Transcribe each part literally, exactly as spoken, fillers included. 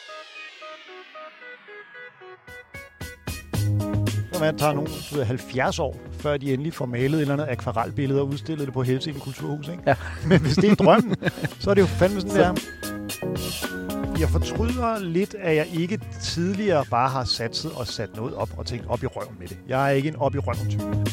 Det tager nogen du ved, halvfjerds år, før de endelig får malet et eller andet akvarelbillede og udstillet det på Helsinki Kulturhus. Ikke? Ja. Men hvis det er drømmen, så er det jo fandme sådan, der. Jeg fortryder lidt, at jeg ikke tidligere bare har satset og sat noget op og tænkt op i røven med det. Jeg er ikke en op i røven type.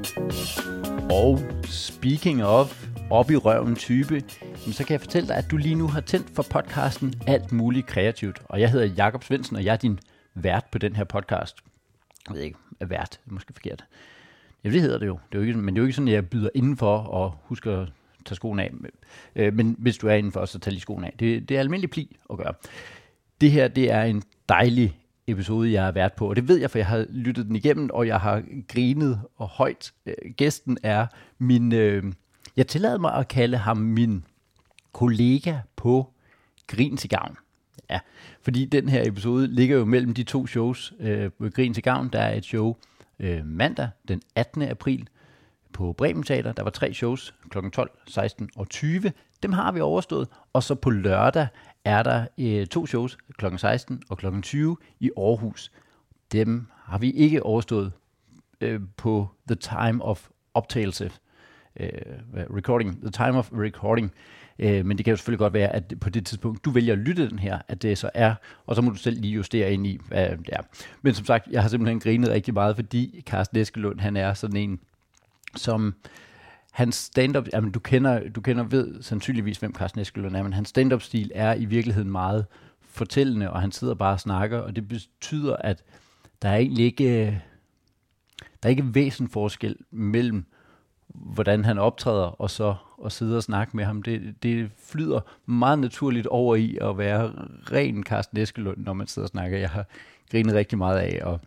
Og speaking of op i røven type, så kan jeg fortælle dig, at du lige nu har tændt for podcasten Alt Muligt Kreativt. Og jeg hedder Jakob Svendsen, og jeg er din vært på den her podcast. Jeg ved ikke, er vært, det er måske forkert. Ja, det hedder det jo. Det er jo ikke, men det er jo ikke sådan, at jeg byder indenfor og husker at tage skoene af. Men hvis du er indenfor, så tag lige skoene af. Det, det er almindelig pli at gøre. Det her, det er en dejlig episode, jeg har været på, og det ved jeg, for jeg har lyttet den igennem, og jeg har grinet og højt. Gæsten er min, øh, jeg tillader mig at kalde ham min kollega på Grin til Gavn. Ja, fordi den her episode ligger jo mellem de to shows øh, på Grin til Gavn. Der er et show øh, mandag den attende april på Bremen Teater. Der var tre shows, klokken tolv, seksten og tyve. Dem har vi overstået. Og så på lørdag er der øh, to shows, klokken seksten og klokken tyve i Aarhus. Dem har vi ikke overstået øh, på the time of optagelse. Øh, recording, the time of recording. Øh, men det kan jo selvfølgelig godt være, at på det tidspunkt, du vælger at lytte den her, at det så er, og så må du selv lige justere ind i, hvad det er. Men som sagt, jeg har simpelthen grinet rigtig meget, fordi Carsten Eskelund, han er sådan en, som hans stand-up, jamen du kender, du kender ved sandsynligvis, hvem Carsten Eskelund er, men hans stand-up-stil er i virkeligheden meget fortællende, og han sidder bare og snakker, og det betyder, at der er egentlig ikke, der er ikke væsensforskel mellem, hvordan han optræder, og så at sidde og snakke med ham. Det, det flyder meget naturligt over i at være ren Carsten Eskelund, når man sidder og snakker. Jeg har grinet rigtig meget af og,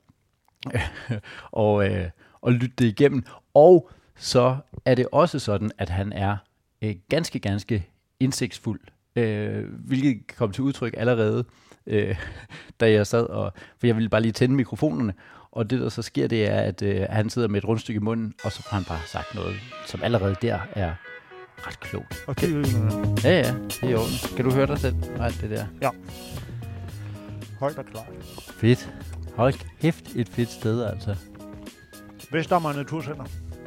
og, øh, og lytte det igennem. Og så er det også sådan, at han er øh, ganske, ganske indsigtsfuld, øh, hvilket kom til udtryk allerede, øh, da jeg sad og... For jeg ville bare lige tænde mikrofonerne, og det, der så sker, det er, at øh, han sidder med et rundstykke i munden, og så får han bare sagt noget, som allerede der er ret klogt. Og det er jo Ja, ja, det er i orden. Kan du høre dig selv? Nej, det der. Ja. Højt og klart. Fedt. Hold kæft, et fedt sted, altså. Vestamager Naturcenter.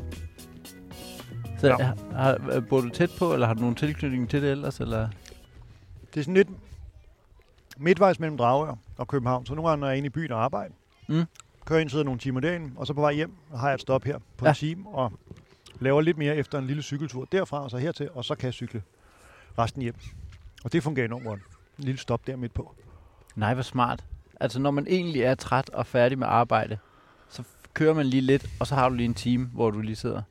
Så Ja. har, har, bor du tæt på, eller har du nogen tilknytning til det ellers, eller? Det er sådan lidt midtvejs mellem Dragør og København. Så nogle gange, når jeg er inde i byen og arbejde, Mm. kører ind, sidder nogle timer derinde, og så på vej hjem har jeg et stop her på Ja. en time, og laver lidt mere efter en lille cykeltur derfra, og så hertil, og så kan jeg cykle resten hjem. Og det fungerer enormt godt. En lille stop der midt på. Nej, hvor smart. Altså, når man egentlig er træt og færdig med arbejde, så f- kører man lige lidt, og så har du lige en time, hvor du lige sidder.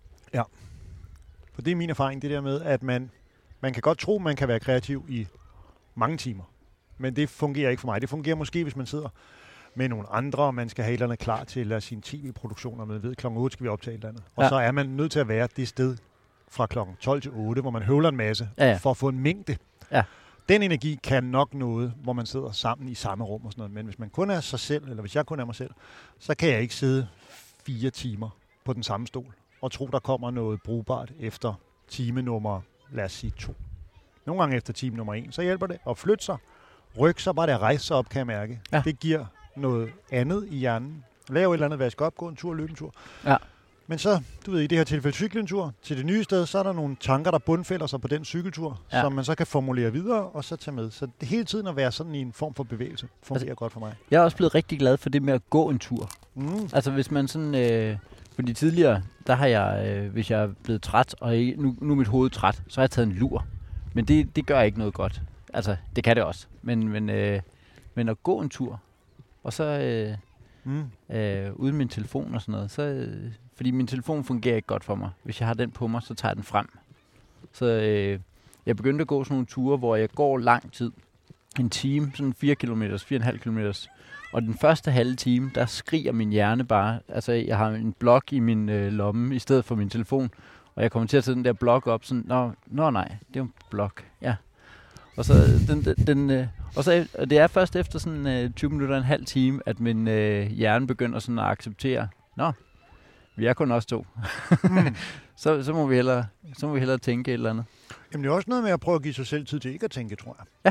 For det er min erfaring, det der med, at man, man kan godt tro, man kan være kreativ i mange timer. Men det fungerer ikke for mig. Det fungerer måske, hvis man sidder med nogle andre, og man skal have et eller andet klar til at sine tv-produktioner med. Ved, klokken otte skal vi optage et eller andet. Og Ja. så er man nødt til at være det sted fra klokken tolv til otte, hvor man høvler en masse, Ja, ja. for at få en mængde. Ja. Den energi kan nok noget, hvor man sidder sammen i samme rum og sådan noget. Men hvis man kun er sig selv, eller hvis jeg kun er mig selv, så kan jeg ikke sidde fire timer på den samme stol og tro, der kommer noget brugbart efter time nummer, lad os sige to. Nogle gange efter time nummer en, så hjælper det at flytte sig, rykke sig, bare det at rejse sig op, kan jeg mærke. Ja. Det giver noget andet i hjernen. Lave et eller andet, vaske op, gå en tur, løbe en tur. Ja. Men så, du ved, i det her tilfælde cykle en tur til det nye sted, så er der nogle tanker, der bundfælder sig på den cykeltur, Ja. som man så kan formulere videre og så tage med. Så det hele tiden at være sådan i en form for bevægelse fungerer altså, godt for mig. Jeg er også blevet rigtig glad for det med at gå en tur. Mm. Altså, hvis man sådan... Øh, fordi tidligere, der har jeg, øh, hvis jeg er blevet træt, og ikke, nu, nu er mit hoved træt, så har jeg taget en lur. Men det, det gør ikke noget godt. Altså, det kan det også. Men, men, øh, men at gå en tur, og så... Øh, Mm. øh, uden min telefon og sådan noget. Så, øh, fordi min telefon fungerer ikke godt for mig. Hvis jeg har den på mig, så tager jeg den frem. Så øh, jeg begyndte at gå sådan nogle ture, hvor jeg går lang tid. En time, sådan fire kilometer, fire komma fem kilometer. Og den første halve time, der skriger min hjerne bare. Altså, jeg har en blok i min øh, lomme, i stedet for min telefon. Og jeg kommer til at tage den der blok op, sådan, nå, nå nej, det er jo en blok, ja. Og så, den, den, den, øh, og så og det er først efter sådan øh, tyve minutter og en halv time, at min øh, hjerne begynder sådan at acceptere, nå, vi er kun også to. mm. så, så, må vi hellere, så må vi hellere tænke et eller andet. Jamen det er også noget med at prøve at give sig selv tid til ikke at tænke, tror jeg. Ja.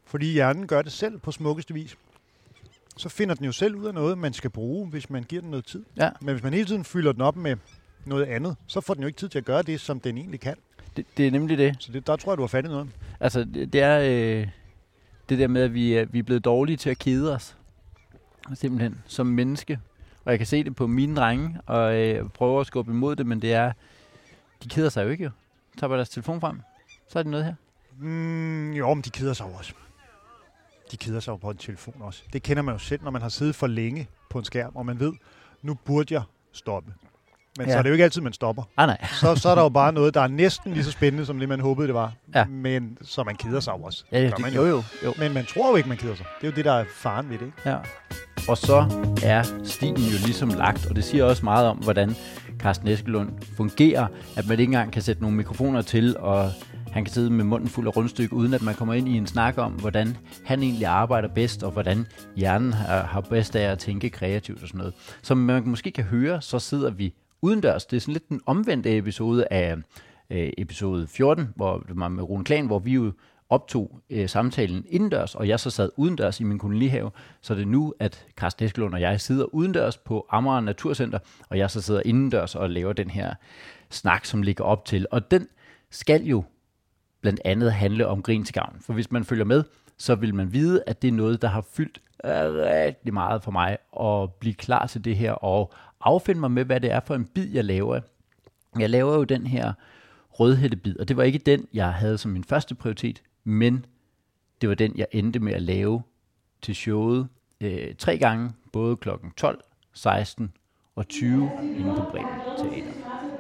Fordi hjernen gør det selv på smukkeste vis. Så finder den jo selv ud af noget, man skal bruge, hvis man giver den noget tid. Ja. Men hvis man hele tiden fylder den op med noget andet, så får den jo ikke tid til at gøre det, som den egentlig kan. Det, det er nemlig det. Så det, der tror jeg, du har fat i noget. Altså, det, det er øh, det der med, at vi er, vi er blevet dårlige til at kede os. Simpelthen, som menneske. Og jeg kan se det på mine drenge, og øh, prøver at skubbe imod det, men det er, de keder sig jo ikke jo. Tager bare deres telefon frem, så er det noget her. Mm, jo, men de keder sig jo også. De keder sig jo på en telefon også. Det kender man jo selv, når man har siddet for længe på en skærm, og man ved, nu burde jeg stoppe. Men ja. Så er det jo ikke altid, man stopper. Ah, nej. så, så er der jo bare noget, der er næsten lige så spændende, som det, man håbede, det var. Ja. Men så man keder sig jo også. Ja, ja det, det, jo. jo, jo, jo. Men man tror jo ikke, man keder sig. Det er jo det, der er faren ved det, ikke? Ja. Og så er stilen jo ligesom lagt, og det siger også meget om, hvordan Carsten Eskelund fungerer, at man ikke engang kan sætte nogle mikrofoner til, og han kan sidde med munden fuld af rundstykke, uden at man kommer ind i en snak om, hvordan han egentlig arbejder bedst, og hvordan hjernen har, har bedst af at tænke kreativt og sådan noget. Som man måske kan høre, så sidder vi udendørs. Det er sådan lidt den omvendte episode af øh, episode fjorten, hvor det var med Rune Klan, hvor vi jo optog øh, samtalen indendørs, og jeg så sad udendørs i min kolonihave. Så det er nu, at Carsten Eskelund og jeg sidder udendørs på Amager Naturcenter, og jeg så sidder indendørs og laver den her snak, som ligger op til. Og den skal jo blandt andet handle om grin til gavn. For hvis man følger med, så vil man vide, at det er noget, der har fyldt rigtig meget for mig at blive klar til det her og affinde mig med, hvad det er for en bid, jeg laver. Jeg laver jo den her rødhættebid, og det var ikke den, jeg havde som min første prioritet, men det var den, jeg endte med at lave til showet øh, tre gange, både klokken tolv, seksten og tyve inde på Bremen Teater.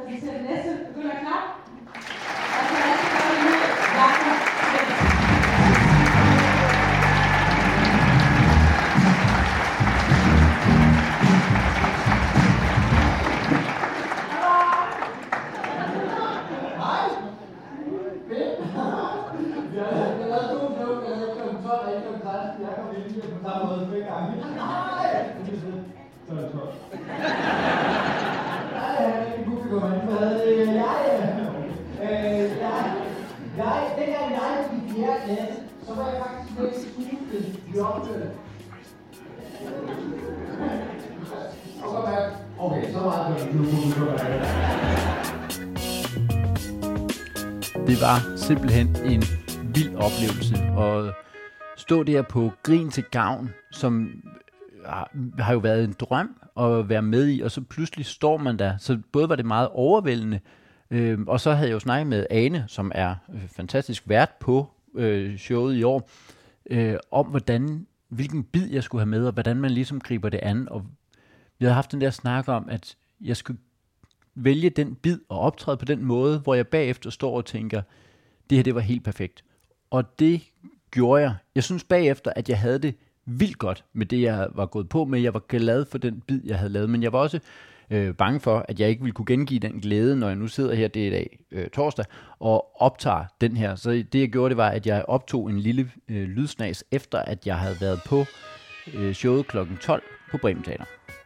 Så var jeg faktisk med i skuespil i opført. Okay, så meget for nu. Det var simpelthen en vild oplevelse at stå der på Grin til Gavn, som har jo været en drøm at være med i, og så pludselig står man der. Så både var det meget overvældende, øh, og så havde jeg jo snakket med Ane, som er fantastisk vært på øh, showet i år, øh, om hvordan, hvilken bid jeg skulle have med, og hvordan man ligesom griber det an. Og vi havde haft den der snak om, at jeg skulle vælge den bid og optræde på den måde, hvor jeg bagefter står og tænker, det her det var helt perfekt. Og det gjorde jeg. Jeg synes bagefter, at jeg havde det vildt godt med det, jeg var gået på med. Jeg var glad for den bid, jeg havde lavet, men jeg var også øh, bange for, at jeg ikke ville kunne gengive den glæde, når jeg nu sidder her, det er i dag øh, torsdag, og optager den her. Så det, jeg gjorde, det var, at jeg optog en lille øh, lydsnas, efter at jeg havde været på øh, showet klokken tolv på Bremen Teater.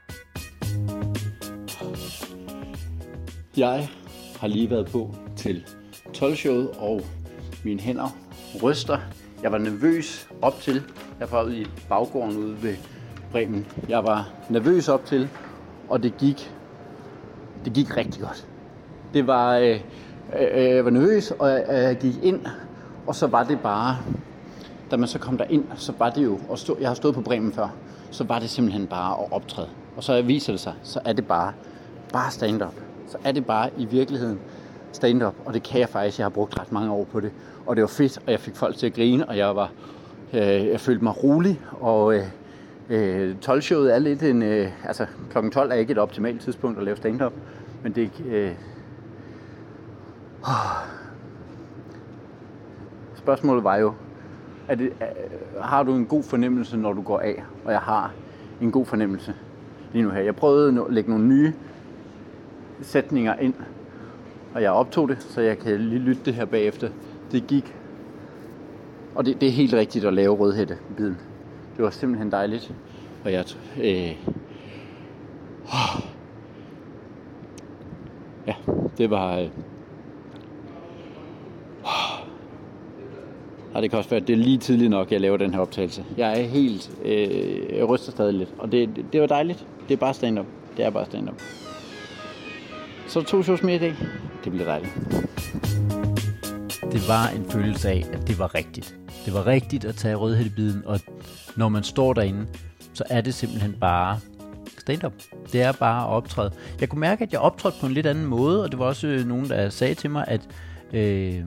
Jeg har lige været på til tolv-showet, og mine hænder ryster. Jeg var nervøs op til. Jeg var ude i baggården ude ved Bremen. Jeg var nervøs op til, og det gik, det gik rigtig godt. Det var, øh, øh, jeg var nervøs, og jeg, jeg gik ind, og så var det bare, da man så kom der ind, så var det jo, og stå, jeg har stået på Bremen før, så var det simpelthen bare at optræde. Og så viser det sig, så er det bare, bare stand-up. Så er det bare i virkeligheden stand-up, og det kan jeg faktisk. Jeg har brugt ret mange år på det, og det var fedt, og jeg fik folk til at grine, og jeg var, øh, jeg følte mig rolig, og øh, øh, tolv-showet er lidt en, øh, altså klokken tolv er ikke et optimalt tidspunkt at lave stand-up, men det er ikke, øh, oh. Spørgsmålet var jo, er det, øh, har du en god fornemmelse, når du går af? Og jeg har en god fornemmelse lige nu her. Jeg prøvede at lægge nogle nye sætninger ind, og jeg optog det, så jeg kan lige lytte det her bagefter. Det gik, og det, det er helt rigtigt at lave rødhætte-biden. Det var simpelthen dejligt, og jeg øh, oh, ja, det var øh, oh, Og det kan også være, at det er lige tidligt nok, at jeg laver den her optagelse. Jeg er helt... Øh, jeg ryster stadig lidt. Og det, det, det var dejligt. Det er bare stand-up. Det er bare stand-up. Så to shows mere i dag. Det bliver dejligt. Det var en følelse af, at det var rigtigt. Det var rigtigt at tage rødhættebiden, og når man står derinde, så er det simpelthen bare stand-up. Det er bare at optræde. Jeg kunne mærke, at jeg optrådte på en lidt anden måde, og det var også nogen, der sagde til mig, at øh,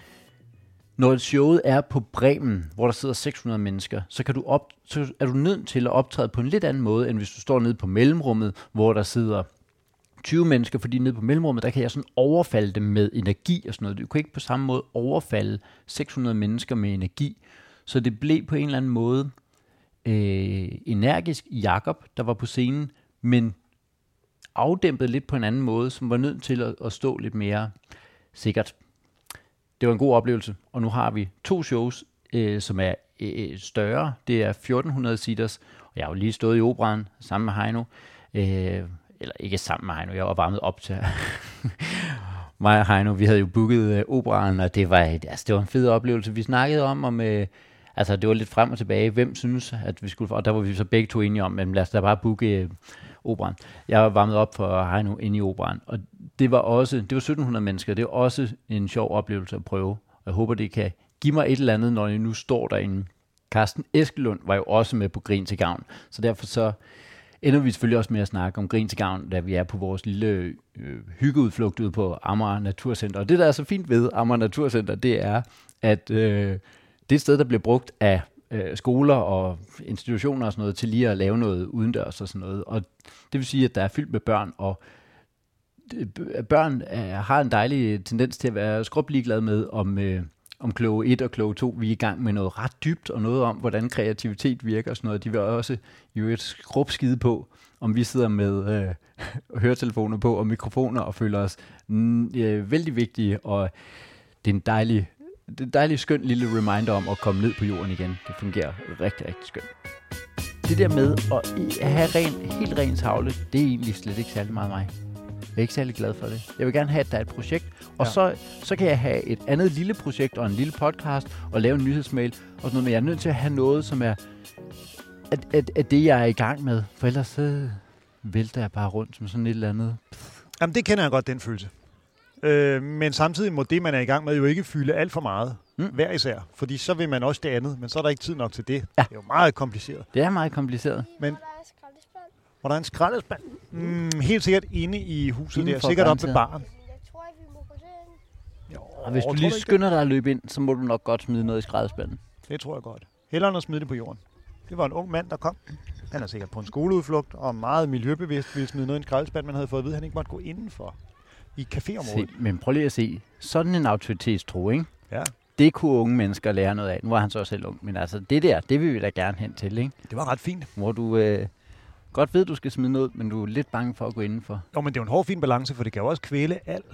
når showet er på Bremen, hvor der sidder seks hundrede mennesker, så, kan du op, så er du nødt til at optræde på en lidt anden måde, end hvis du står nede på mellemrummet, hvor der sidder tyve mennesker, fordi nede på mellemrummet, der kan jeg sådan overfalde dem med energi og sådan noget. Du kan ikke på samme måde overfalde seks hundrede mennesker med energi. Så det blev på en eller anden måde øh, energisk Jakob, der var på scenen, men afdæmpet lidt på en anden måde, som var nødt til at, at stå lidt mere sikkert. Det var en god oplevelse, og nu har vi to shows, øh, som er øh, større. Det er fjorten hundrede seaters, og jeg har jo lige stået i Operaen sammen med Heino. Øh, eller ikke sammen med Heino, jeg var varmet op til mig og Heino. Vi havde jo booket øh, Operaen, og det var, altså, det var en fed oplevelse. Vi snakkede om, om øh, altså det var lidt frem og tilbage, hvem synes, at vi skulle, og der var vi så begge to enige om, men lad os da bare booke øh, Operaen. Jeg var varmet op for Heino inde i Operaen, og det var også, det var sytten hundrede mennesker, det var også en sjov oplevelse at prøve, og jeg håber, det kan give mig et eller andet, når jeg nu står derinde. Carsten Eskelund var jo også med på Grin til Gavn, så derfor så ender vi selvfølgelig også med at snakke om Grin til Gavn, da vi er på vores lille øh, hyggeudflugt ude på Amager Naturcenter. Og det, der er så fint ved Amager Naturcenter, det er, at øh, det er et sted, der bliver brugt af øh, skoler og institutioner og sådan noget, til lige at lave noget udendørs og sådan noget. Og det vil sige, at der er fyldt med børn, og børn er, har en dejlig tendens til at være skrubbligeglade med, om, øh, om kloge et og kloge to, vi er i gang med noget ret dybt, og noget om, hvordan kreativitet virker og sådan noget. De vil også jo et skrubskide på, om vi sidder med øh, høretelefoner på og mikrofoner og føler os mm, øh, vældig vigtige, og det er en dejlig, det er en dejlig skøn lille reminder om at komme ned på jorden igen. Det fungerer rigtig, rigtig skønt. Det der med at have ren, helt ren tavle, det er egentlig slet ikke særlig meget mig. Jeg er ikke særlig glad for det. Jeg vil gerne have, at der er et projekt, og ja. så, så kan jeg have et andet lille projekt og en lille podcast og lave en nyhedsmail og sådan noget, men jeg er nødt til at have noget, som er at, at, at det, jeg er i gang med, for ellers så vælter jeg bare rundt som sådan et eller andet. Pff. Jamen, det kender jeg godt, den følelse. Øh, men samtidig må det, man er i gang med, jo ikke fylde alt for meget, mm. hver især, fordi så vil man også det andet, men så er der ikke tid nok til det. Ja. Det er jo meget kompliceret. Det er meget kompliceret. Men hvor der er en skraldespand? Mm, helt sikkert inde i huset Inden der. Sikkert op ved baren. Jeg tror ikke, vi må gå derind. Jo, og hvis du lige skynder dig at løbe ind, så må du nok godt smide noget i skraldespanden. Det tror jeg godt. Hellere end at smide det på jorden. Det var en ung mand, der kom. Han er sikkert på en skoleudflugt og meget miljøbevidst ville smide noget i en skraldespand, man havde fået at vide, at han ikke måtte gå indenfor i caféområdet. Se, men prøv lige at se. Sådan en autoritetstro, ikke? Ja. Det kunne unge mennesker lære noget af. Nu var han så også selv ung, men altså det der, det vil vi da gerne hen til, ikke? Det var ret fint. Hvor du øh, godt ved, at du skal smide noget, men du er lidt bange for at gå indenfor. Jo, men det er jo en hård, fin balance, for det kan jo også kvæle alt.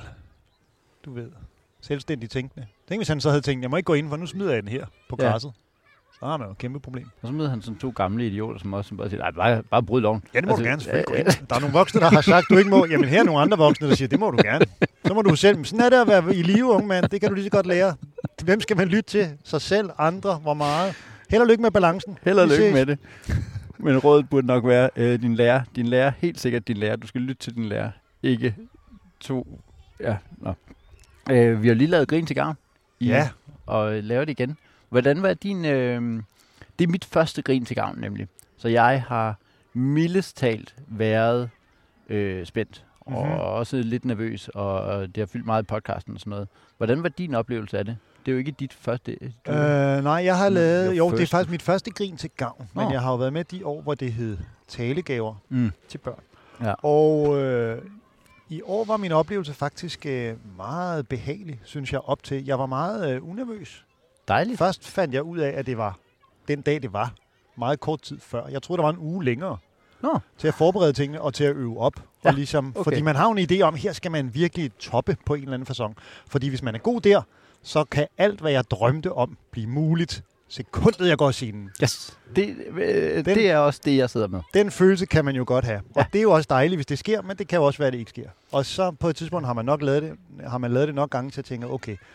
Du ved, selvstændigt tænkende. Tænk, hvis han så havde tænkt, jeg må ikke gå indenfor, nu smider jeg den her på græsset. Ja. Så har man jo et kæmpe problem. Og så møder han sådan to gamle idioter, som også bare siger, nej, bare, bare bryd loven. Ja, det må altså, du gerne selvfølgelig gå ind. Der er nogle voksne, der har sagt, du ikke må. Jamen her er nogle andre voksne, der siger, det må du gerne. Så må du selv. Sådan er det at være i live, unge mand. Det kan du lige så godt lære. Hvem skal man lytte til? Sig selv, andre, hvor meget? Held og lykke med balancen. Held og lykke med det. Men rådet burde nok være øh, din lærer. Din lærer, helt sikkert din lærer. Du skal lytte til din lærer. Ikke to. Ja, nå. Øh, vi har lige lavet Grin til Gavn. Ja. Og laver det igen. Hvordan var din... Øh, det er mit første Grin til Gavn, nemlig. Så jeg har mildest talt været øh, spændt. Mm-hmm. Og også lidt nervøs. Og, og det har fyldt meget i podcasten og sådan noget. Hvordan var din oplevelse af det? Det er jo ikke dit første... Du... Øh, nej, jeg har lavet... Jo, det er faktisk mit første Grin til Gavn. Men oh. jeg har jo været med de år, hvor det hed talegaver mm. til børn. Ja. Og øh, i år var min oplevelse faktisk øh, meget behagelig, synes jeg, op til. Jeg var meget øh, unervøs. Dejligt. Først fandt jeg ud af, at det var den dag, det var. Meget kort tid før. Jeg troede, der var en uge længere. Nå. Til at forberede tingene og til at øve op. Ja. Og ligesom, okay. Fordi man har en idé om, her skal man virkelig toppe på en eller anden facon. Fordi hvis man er god der, så kan alt, hvad jeg drømte om, blive muligt sekundet, jeg går i scenen. Yes. Det, øh, den, det er også det, jeg sidder med. Den følelse kan man jo godt have. Ja. Og det er jo også dejligt, hvis det sker, men det kan jo også være, at det ikke sker. Og så på et tidspunkt har man nok lavet det, har man lavet det nok gange til at tænke, okay,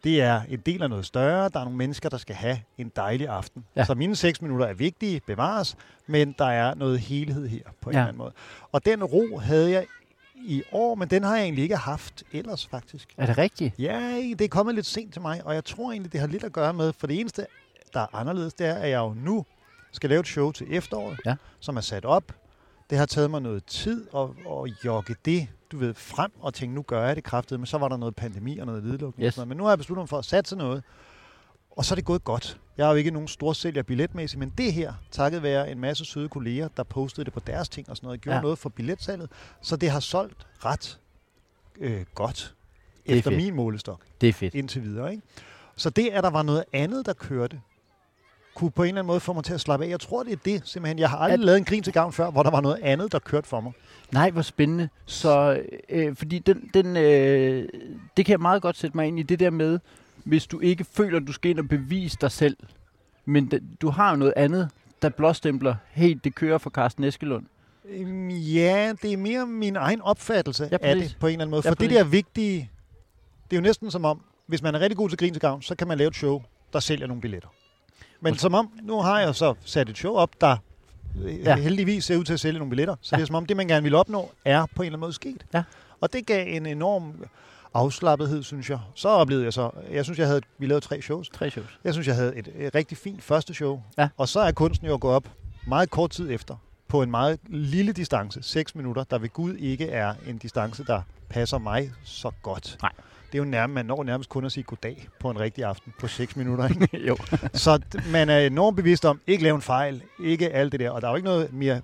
Det er en del af noget større. Der er nogle mennesker, der skal have en dejlig aften. Ja. Så mine seks minutter er vigtige, bevares, men der er noget helhed her på en Ja. eller anden måde. Og den ro havde jeg i år, men den har jeg egentlig ikke haft ellers faktisk. Er det rigtigt? Ja, det er kommet lidt sent til mig, og jeg tror egentlig, det har lidt at gøre med, for det eneste, der er anderledes, det er, at jeg jo nu skal lave et show til efteråret, Ja. som er sat op. Det har taget mig noget tid at, at jogge det, du ved, frem og tænke, nu gør jeg det kraftigt, men så var der noget pandemi og noget nedlukning. Yes. Og sådan noget. Men nu har jeg besluttet mig for at satse noget, og så er det gået godt. Jeg har jo ikke nogen storsælger billetmæssigt, men det her, takket være en masse søde kolleger, der postede det på deres ting og sådan noget, gjorde Ja. noget for billetsalget, så det har solgt ret øh, godt Det er efter fedt. min målestok Det er fedt. indtil videre. Ikke? Så det, at der var noget andet, der kørte, kunne på en eller anden måde få mig til at slappe af. Jeg tror, det er det simpelthen. Jeg har aldrig At- lavet en grin til gavn før, hvor der var noget andet, der kørte for mig. Nej, hvor spændende. Så, øh, fordi den, den, øh, det kan jeg meget godt sætte mig ind i, det der med, hvis du ikke føler, at du skal ind og bevise dig selv, men det, du har jo noget andet, der blåstempler, hey, det kører for Carsten Eskelund. Øhm, Ja, det er mere min egen opfattelse Ja, af præcis. det på en eller anden måde. Ja, For det præcis. der vigtige, det er jo næsten som om, hvis man er rigtig god til grin til gavn, så kan man lave et show, der sælger nogle billetter. Men Måske. som om, nu har jeg så sat et show op, der Ja. ja. heldigvis ser ud til at sælge nogle billetter. Så Ja. det er som om, det man gerne vil opnå, er på en eller anden måde sket. Ja. Og det gav en enorm afslappethed, synes jeg. Så oplevede jeg så, jeg synes, jeg havde, vi lavede tre shows. Tre shows. Jeg synes, jeg havde et, et rigtig fint første show. Ja. Og så er kunsten jo at gå op meget kort tid efter, på en meget lille distance, seks minutter, der ved Gud ikke er en distance, der passer mig så godt. Nej. Det er jo nærmest, man når nærmest kun at sige goddag på en rigtig aften på seks minutter. Ikke? jo. Så d- man er enormt bevidst om, ikke lave en fejl, ikke alt det der. Og der er jo ikke noget mere,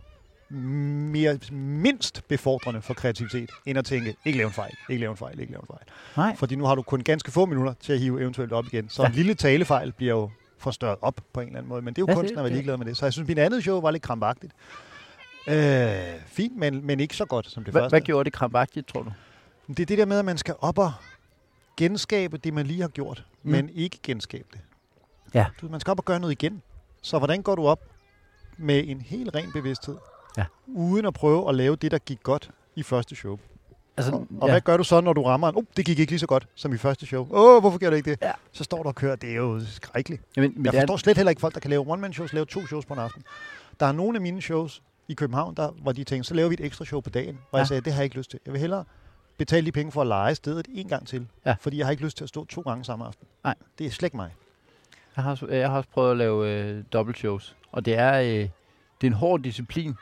mere mindst befordrende for kreativitet, end at tænke, ikke lave en fejl, ikke lave en fejl, ikke lave en fejl. Nej. Fordi nu har du kun ganske få minutter til at hive eventuelt op igen. Så Ja. en lille talefejl bliver jo forstørret op på en eller anden måde. Men det er jo Ja, kunsten det- at være det- ligeglad med det. Så jeg synes, mit andet show var lidt krampagtigt. Øh, fint, men, men ikke så godt som det Hva, første. hvad gjorde det krampagtigt, tror du? Det er det der med, at man skal op og genskabe det, man lige har gjort, Mm. mm. men ikke genskabe det. Ja. Du, man skal op og gøre noget igen. Så hvordan går du op med en helt ren bevidsthed, Ja. uden at prøve at lave det, der gik godt i første show? Altså, Og, og ja. hvad gør du så, når du rammer en, oh, det gik ikke lige så godt som i første show. Åh, oh, hvorfor gør det ikke det? Ja. Så står du og kører, det er jo skrækkeligt. Jamen, men Jeg det er- forstår slet heller ikke folk, der kan lave one-man-shows, lave to shows på en aften. Der er nogle af mine shows i København, der, hvor de tænker, så laver vi et ekstra show på dagen. Og Ja. jeg sagde, det har jeg ikke lyst til. Jeg vil hellere betale de penge for at lege stedet en gang til. Ja. Fordi jeg har ikke lyst til at stå to gange samme aften. Nej. Det er slet ikke mig. Jeg har, også- jeg har også prøvet at lave øh, dobbeltshows, og det er, øh, det er en hård disciplin.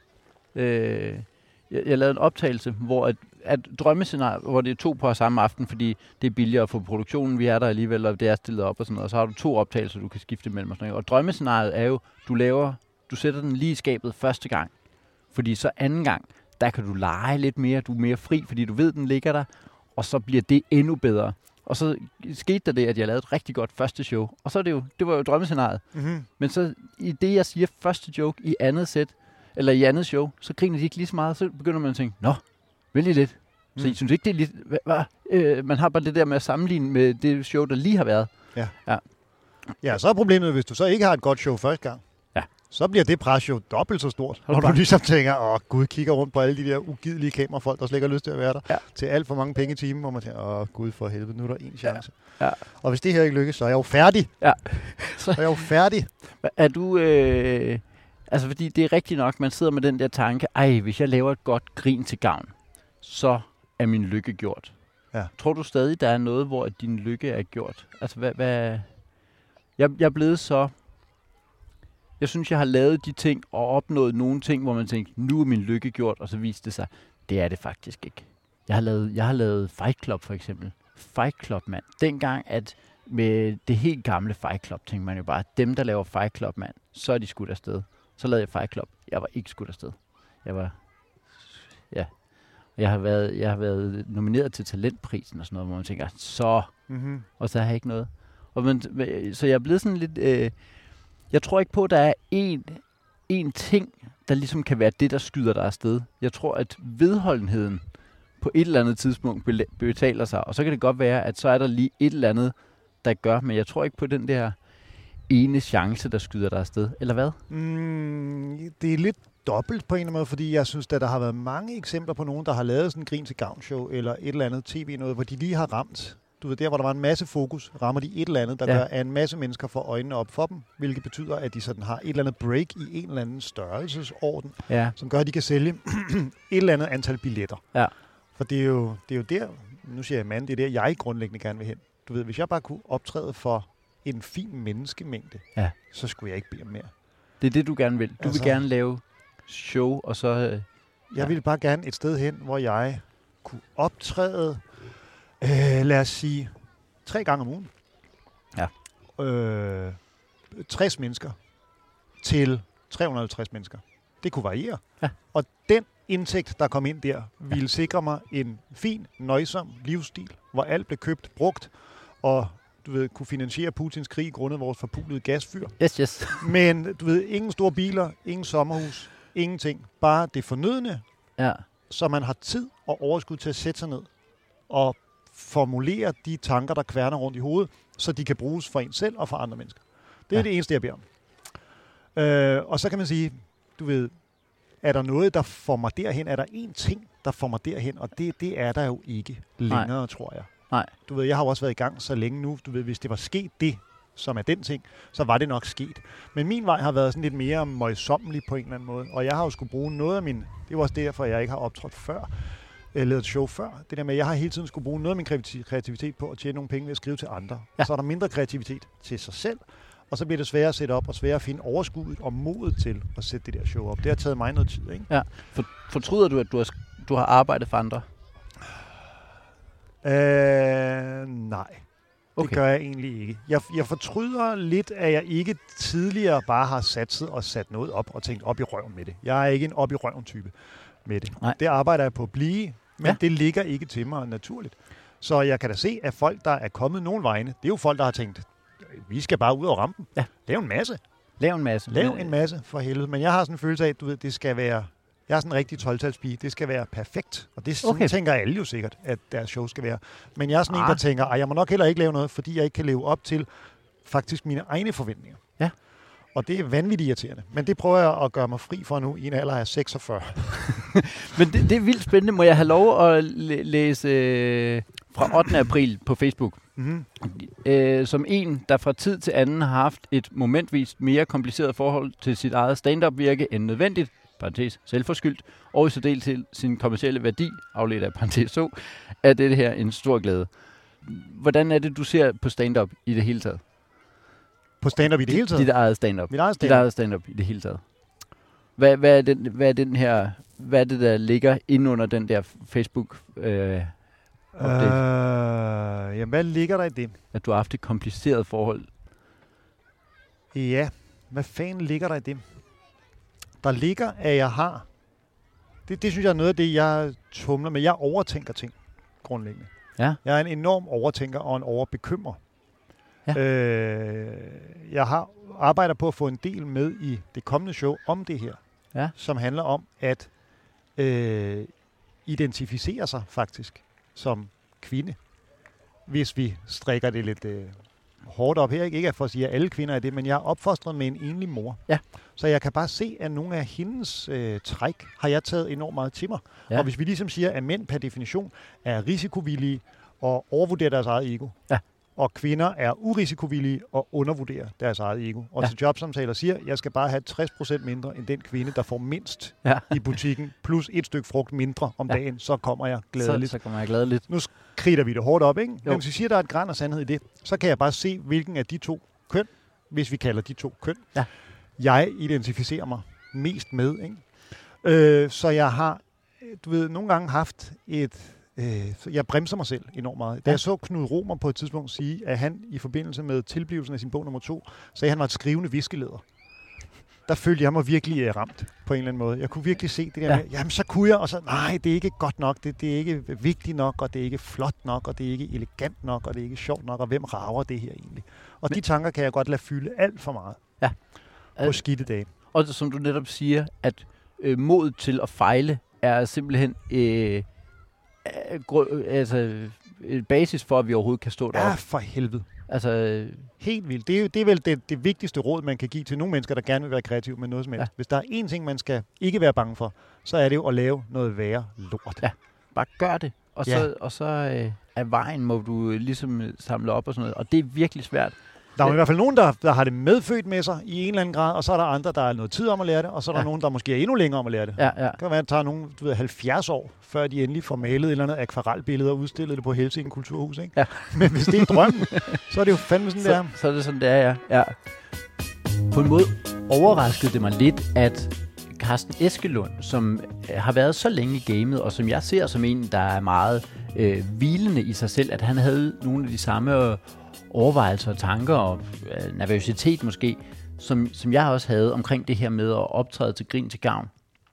Øh, jeg, jeg lavede en optagelse, hvor at, at drømmescenarie, hvor det er to på samme aften, fordi det er billigere for produktionen, vi er der alligevel, og det er stillet op og sådan noget, og så har du to optagelser, du kan skifte mellem og sådan noget. Og drømmescenariet er jo, du laver, du sætter den lige i skabet første gang, fordi så anden gang, der kan du lege lidt mere, du er mere fri, fordi du ved, den ligger der, og så bliver det endnu bedre. Og så skete der det, at jeg lavede et rigtig godt første show. Og så er det jo, det var jo drømmescenariet. Mm-hmm. Men så i det, jeg siger første joke i andet sæt, eller i andet show, så griner de ikke lige så meget. Så begynder man at tænke, nå, vældig lidt. Så Mm. I synes ikke, det er lidt... Hva, hva? Øh, man har bare det der med at sammenligne med det show, der lige har været. Ja, så er problemet, hvis du så ikke har et godt show første gang. Ja. Så bliver det pres jo dobbelt så stort. Har du Når du bange? ligesom tænker, åh gud, kigger rundt på alle de der ugidelige kamerafolk, der slet ikke har lyst til at være der. Ja. Til alt for mange penge i timen, hvor man tænker, åh gud for helvede, nu er der en chance. Ja. Og hvis det her ikke lykkes, så er jeg jo færdig. Ja. så er jeg jo færdig. Hva- Er du... Øh, altså, fordi det er rigtigt nok, man sidder med den der tanke, ej, hvis jeg laver et godt grin til gavn, så er min lykke gjort. Ja. Tror du stadig, der er noget, hvor din lykke er gjort? Altså, hvad... hvad jeg, jeg er blevet så... Jeg synes, jeg har lavet de ting og opnået nogle ting, hvor man tænker, nu er min lykke gjort, og så viste det sig, det er det faktisk ikke. Jeg har lavet, jeg har lavet Fight Club for eksempel. Fight Club, mand. Dengang, at med det helt gamle Fight Club, tænkte man jo bare, dem, der laver Fight Club, mand, så er de skudt afsted. Så lavede jeg Fight Club. Jeg var ikke skudt afsted. Jeg var... Ja. Jeg har været, jeg har været nomineret til talentprisen og sådan noget, hvor man tænker, så... Mm-hmm. Og så har jeg ikke noget. Og men, så jeg er blevet sådan lidt... Øh, jeg tror ikke på, at der er en, en ting, der ligesom kan være det, der skyder dig afsted. Jeg tror, at vedholdenheden på et eller andet tidspunkt bela- betaler sig. Og så kan det godt være, at så er der lige et eller andet, der gør. Men jeg tror ikke på den der ene chance, der skyder dig afsted. Eller hvad? Mm, det er lidt dobbelt på en eller anden måde, fordi jeg synes, at der har været mange eksempler på nogen, der har lavet sådan en grin til gavn show, eller et eller andet tv noget, hvor de lige har ramt du ved, der hvor der var en masse fokus, rammer de et eller andet, der Ja. gør, at en masse mennesker får øjnene op for dem, hvilket betyder, at de sådan har et eller andet break i en eller anden størrelsesorden, Ja. som gør, at de kan sælge et eller andet antal billetter. Ja. For det er jo, det er jo der, nu siger jeg mand, det er der, jeg grundlæggende gerne vil hen. Du ved, hvis jeg bare kunne optræde for en fin menneskemængde, Ja. så skulle jeg ikke bede om mere. Det er det, du gerne vil. Du Altså- vil gerne lave show, og så... Øh, Jeg ville bare gerne et sted hen, hvor jeg kunne optræde, øh, lad os sige, tre gange om ugen. Ja. Øh, tres mennesker til tre hundrede og halvtreds mennesker. Det kunne variere. Ja. Og den indtægt, der kom ind der, ville sikre mig en fin, nøjsom livsstil, hvor alt blev købt, brugt, og du ved, kunne finansiere Putins krig grundet vores forpulede gasfyr. yes, yes. Men du ved, ingen store biler, ingen sommerhus, ingenting. Bare det fornødne, Ja. så man har tid og overskud til at sætte sig ned og formulere de tanker, der kværner rundt i hovedet, så de kan bruges for en selv og for andre mennesker. Det er Ja. det eneste, jeg beder om. Øh, og så kan man sige, du ved, er der noget, der får mig derhen? Er der én ting, der får mig derhen? Og det, det er der jo ikke længere, Nej. tror jeg. Nej. Du ved, jeg har jo også været i gang så længe nu. Du ved, hvis det var sket det, som er den ting, så var det nok sket. Men min vej har været sådan lidt mere møjsommelig på en eller anden måde. Og jeg har jo skulle bruge noget af min... Det var også derfor, jeg ikke har optrådt før. Eller lavet et show før. Det der med, at jeg har hele tiden skulle bruge noget af min kreativitet på at tjene nogle penge ved at skrive til andre. Ja. Så er der mindre kreativitet til sig selv. Og så bliver det sværere at sætte op, og sværere at finde overskuddet og modet til at sætte det der show op. Det har taget mig noget tid, ikke? Ja. For, fortryder du, at du har, du har arbejdet for andre? Øh, nej. Det Okay. gør jeg egentlig ikke. Jeg, jeg fortryder lidt, at jeg ikke tidligere bare har satset og sat noget op og tænkt op i røven med det. Jeg er ikke en op i røven type med det. Nej. Det arbejder jeg på at blive, men Ja. ja. det ligger ikke til mig naturligt. Så jeg kan da se, at folk, der er kommet nogen vegne, det er jo folk, der har tænkt, vi skal bare ud over rampen. Ja. Lav en masse. Lav en masse. Lav en masse for helvede. Men jeg har sådan en følelse af, at du ved, det skal være... Jeg er sådan en rigtig tolv-talspige. Det skal være perfekt. Og det sådan Okay. tænker alle jo sikkert, at deres show skal være. Men jeg er sådan Ah. en, der tænker, at jeg må nok heller ikke lave noget, fordi jeg ikke kan leve op til faktisk mine egne forventninger. Ja. Og det er vanvittigt irriterende. Men det prøver jeg at gøre mig fri for nu i en alder af seksogfyrre. Men det, det er vildt spændende. Må jeg have lov at læ- læse øh, fra ottende april på Facebook? Mm-hmm. Øh, som en, der fra tid til anden har haft et momentvist mere kompliceret forhold til sit eget stand-up-virke end nødvendigt, parentes selvforskyldt, og i særdeles til sin kommercielle værdi, afledt af parentes så, er det her en stor glæde. Hvordan er det, du ser på stand-up i det hele taget? På stand-up i det hele taget. Dit eget stand-up. Mit eget Dit stand-up. eget stand-up i det hele taget. Hvad, hvad, er den, hvad er den her, hvad er det, der ligger inde under den der Facebook, øh, update, Øh, jamen, hvad ligger der i det? at du har haft et kompliceret forhold? Ja, hvad fanden ligger der i det? Der ligger, at jeg har... Det, det synes jeg er noget af det, jeg tumler med. Jeg overtænker ting, grundlæggende. Ja. Jeg er en enorm overtænker og en overbekymrer. Ja. Øh, jeg har arbejder på at få en del med i det kommende show om det her, Ja. som handler om at øh, identificere sig faktisk som kvinde. Hvis vi strikker det lidt øh, hårdt op her, ikke? Ikke for at sige, at alle kvinder er det, men jeg er opfostret med en enlig mor. Ja. Så jeg kan bare se, at nogle af hendes øh, træk har jeg taget enormt meget til mig. Ja. Og hvis vi ligesom siger, at mænd per definition er risikovillige og overvurderer deres eget ego, Ja. og kvinder er urisikovillige og undervurderer deres eget ego. Og Ja. til jobsamtaler siger, at jeg skal bare have tres procent mindre end den kvinde, der får mindst Ja. i butikken, plus et stykke frugt mindre om Ja. dagen, så kommer jeg Så, glædeligt. så kommer jeg gladeligt. Nu kritter vi det hårdt op, ikke? Jo. Men hvis vi siger, at der er et gran af sandhed i det, så kan jeg bare se, hvilken af de to køn, hvis vi kalder de to køn, Ja. jeg identificerer mig mest med, ikke? Øh, så jeg har, du ved, nogle gange haft et... Øh, jeg bremser mig selv enormt meget. Da Ja. jeg så Knud Romer på et tidspunkt sige, at han i forbindelse med tilblivelsen af sin bog nummer to, sagde, at han var et skrivende viskeleder. Der følte jeg mig virkelig uh, ramt på en eller anden måde. Jeg kunne virkelig se det der Ja. med, jamen så kunne jeg, og så, nej, det er ikke godt nok, det, det er ikke vigtigt nok, og det er ikke flot nok, og det er ikke elegant nok, og det er ikke sjovt nok, og hvem rager det her egentlig? Og Men- de tanker kan jeg godt lade fylde alt for meget Ja. på skidte dage. Og som du netop siger, at øh, mod til at fejle er simpelthen øh, øh, grund, altså, øh, basis for, at vi overhovedet kan stå Ja, deroppe. for helvede. Altså, øh, Helt vildt. Det er, jo- det er vel det, det vigtigste råd, man kan give til nogle mennesker, der gerne vil være kreative med noget som helst. Ja. Hvis der er én ting, man skal ikke være bange for, så er det jo at lave noget værre lort. Ja. bare gør det. og Ja. så, og så øh, af vejen må du øh, ligesom øh, samle op og sådan noget. Og det er virkelig svært. Der er i hvert fald nogen, der, der har det medfødt med sig i en eller anden grad, og så er der andre, der er noget tid om at lære det, og så er der Ja. nogen, der måske er endnu længere om at lære det. Ja, ja. Det kan være, at det tager nogen, du ved, halvfjerds år, før de endelig får malet et eller andet akvarelbillede og udstillet det på Helsinki Kulturhus, ikke? Ja. Men hvis det er drømmen, så er det jo fandme sådan, det er. Så, så er det sådan, det er, ja. ja. På en måde overraskede det mig lidt, at Carsten Eskelund, som øh, har været så længe i gamet, og som jeg ser som en, der er meget øh, hvilende i sig selv, at han havde nogle af de samme øh, overvejelser og tanker og øh, nervøsitet måske, som, som jeg også havde omkring det her med at optræde til grin til gavn.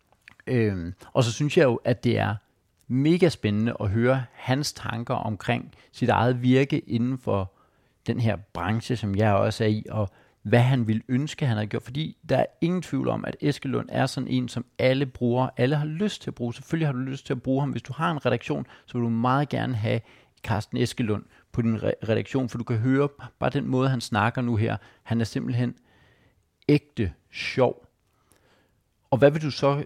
Øh, og så synes jeg jo, at det er mega spændende at høre hans tanker omkring sit eget virke inden for den her branche, som jeg også er i, og hvad han ville ønske, han havde gjort. Fordi der er ingen tvivl om, at Eskelund er sådan en, som alle bruger. Alle har lyst til at bruge. Selvfølgelig har du lyst til at bruge ham. Hvis du har en redaktion, så vil du meget gerne have Carsten Eskelund på din re- redaktion, for du kan høre bare den måde, han snakker nu her. Han er simpelthen ægte sjov. Og hvad vil du så...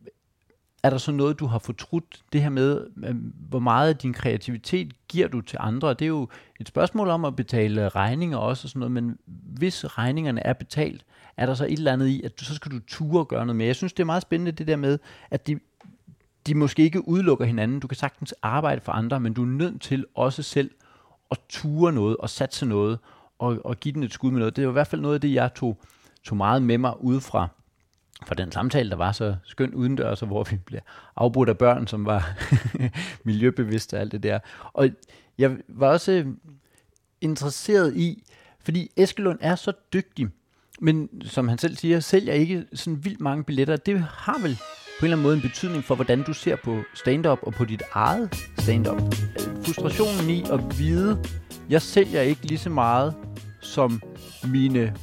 Er der så noget, du har fortrudt det her med, hvor meget af din kreativitet giver du til andre? Det er jo et spørgsmål om at betale regninger også og sådan noget, men hvis regningerne er betalt, er der så et eller andet i, at du, så skal du ture og gøre noget mere. Jeg synes, det er meget spændende det der med, at de, de måske ikke udelukker hinanden. Du kan sagtens arbejde for andre, men du er nødt til også selv at ture noget og satse noget og, og give den et skud med noget. Det er jo i hvert fald noget af det, jeg tog, tog meget med mig udefra. For den samtale, der var så skøn udendørs, hvor vi blev afbrudt af børn, som var miljøbevidste og alt det der. Og jeg var også interesseret i, fordi Eskelund er så dygtig, men som han selv siger, sælger ikke sådan vildt mange billetter. Det har vel på en eller anden måde en betydning for, hvordan du ser på stand-up og på dit eget stand-up. Frustrationen i at vide, jeg sælger ikke lige så meget, som mine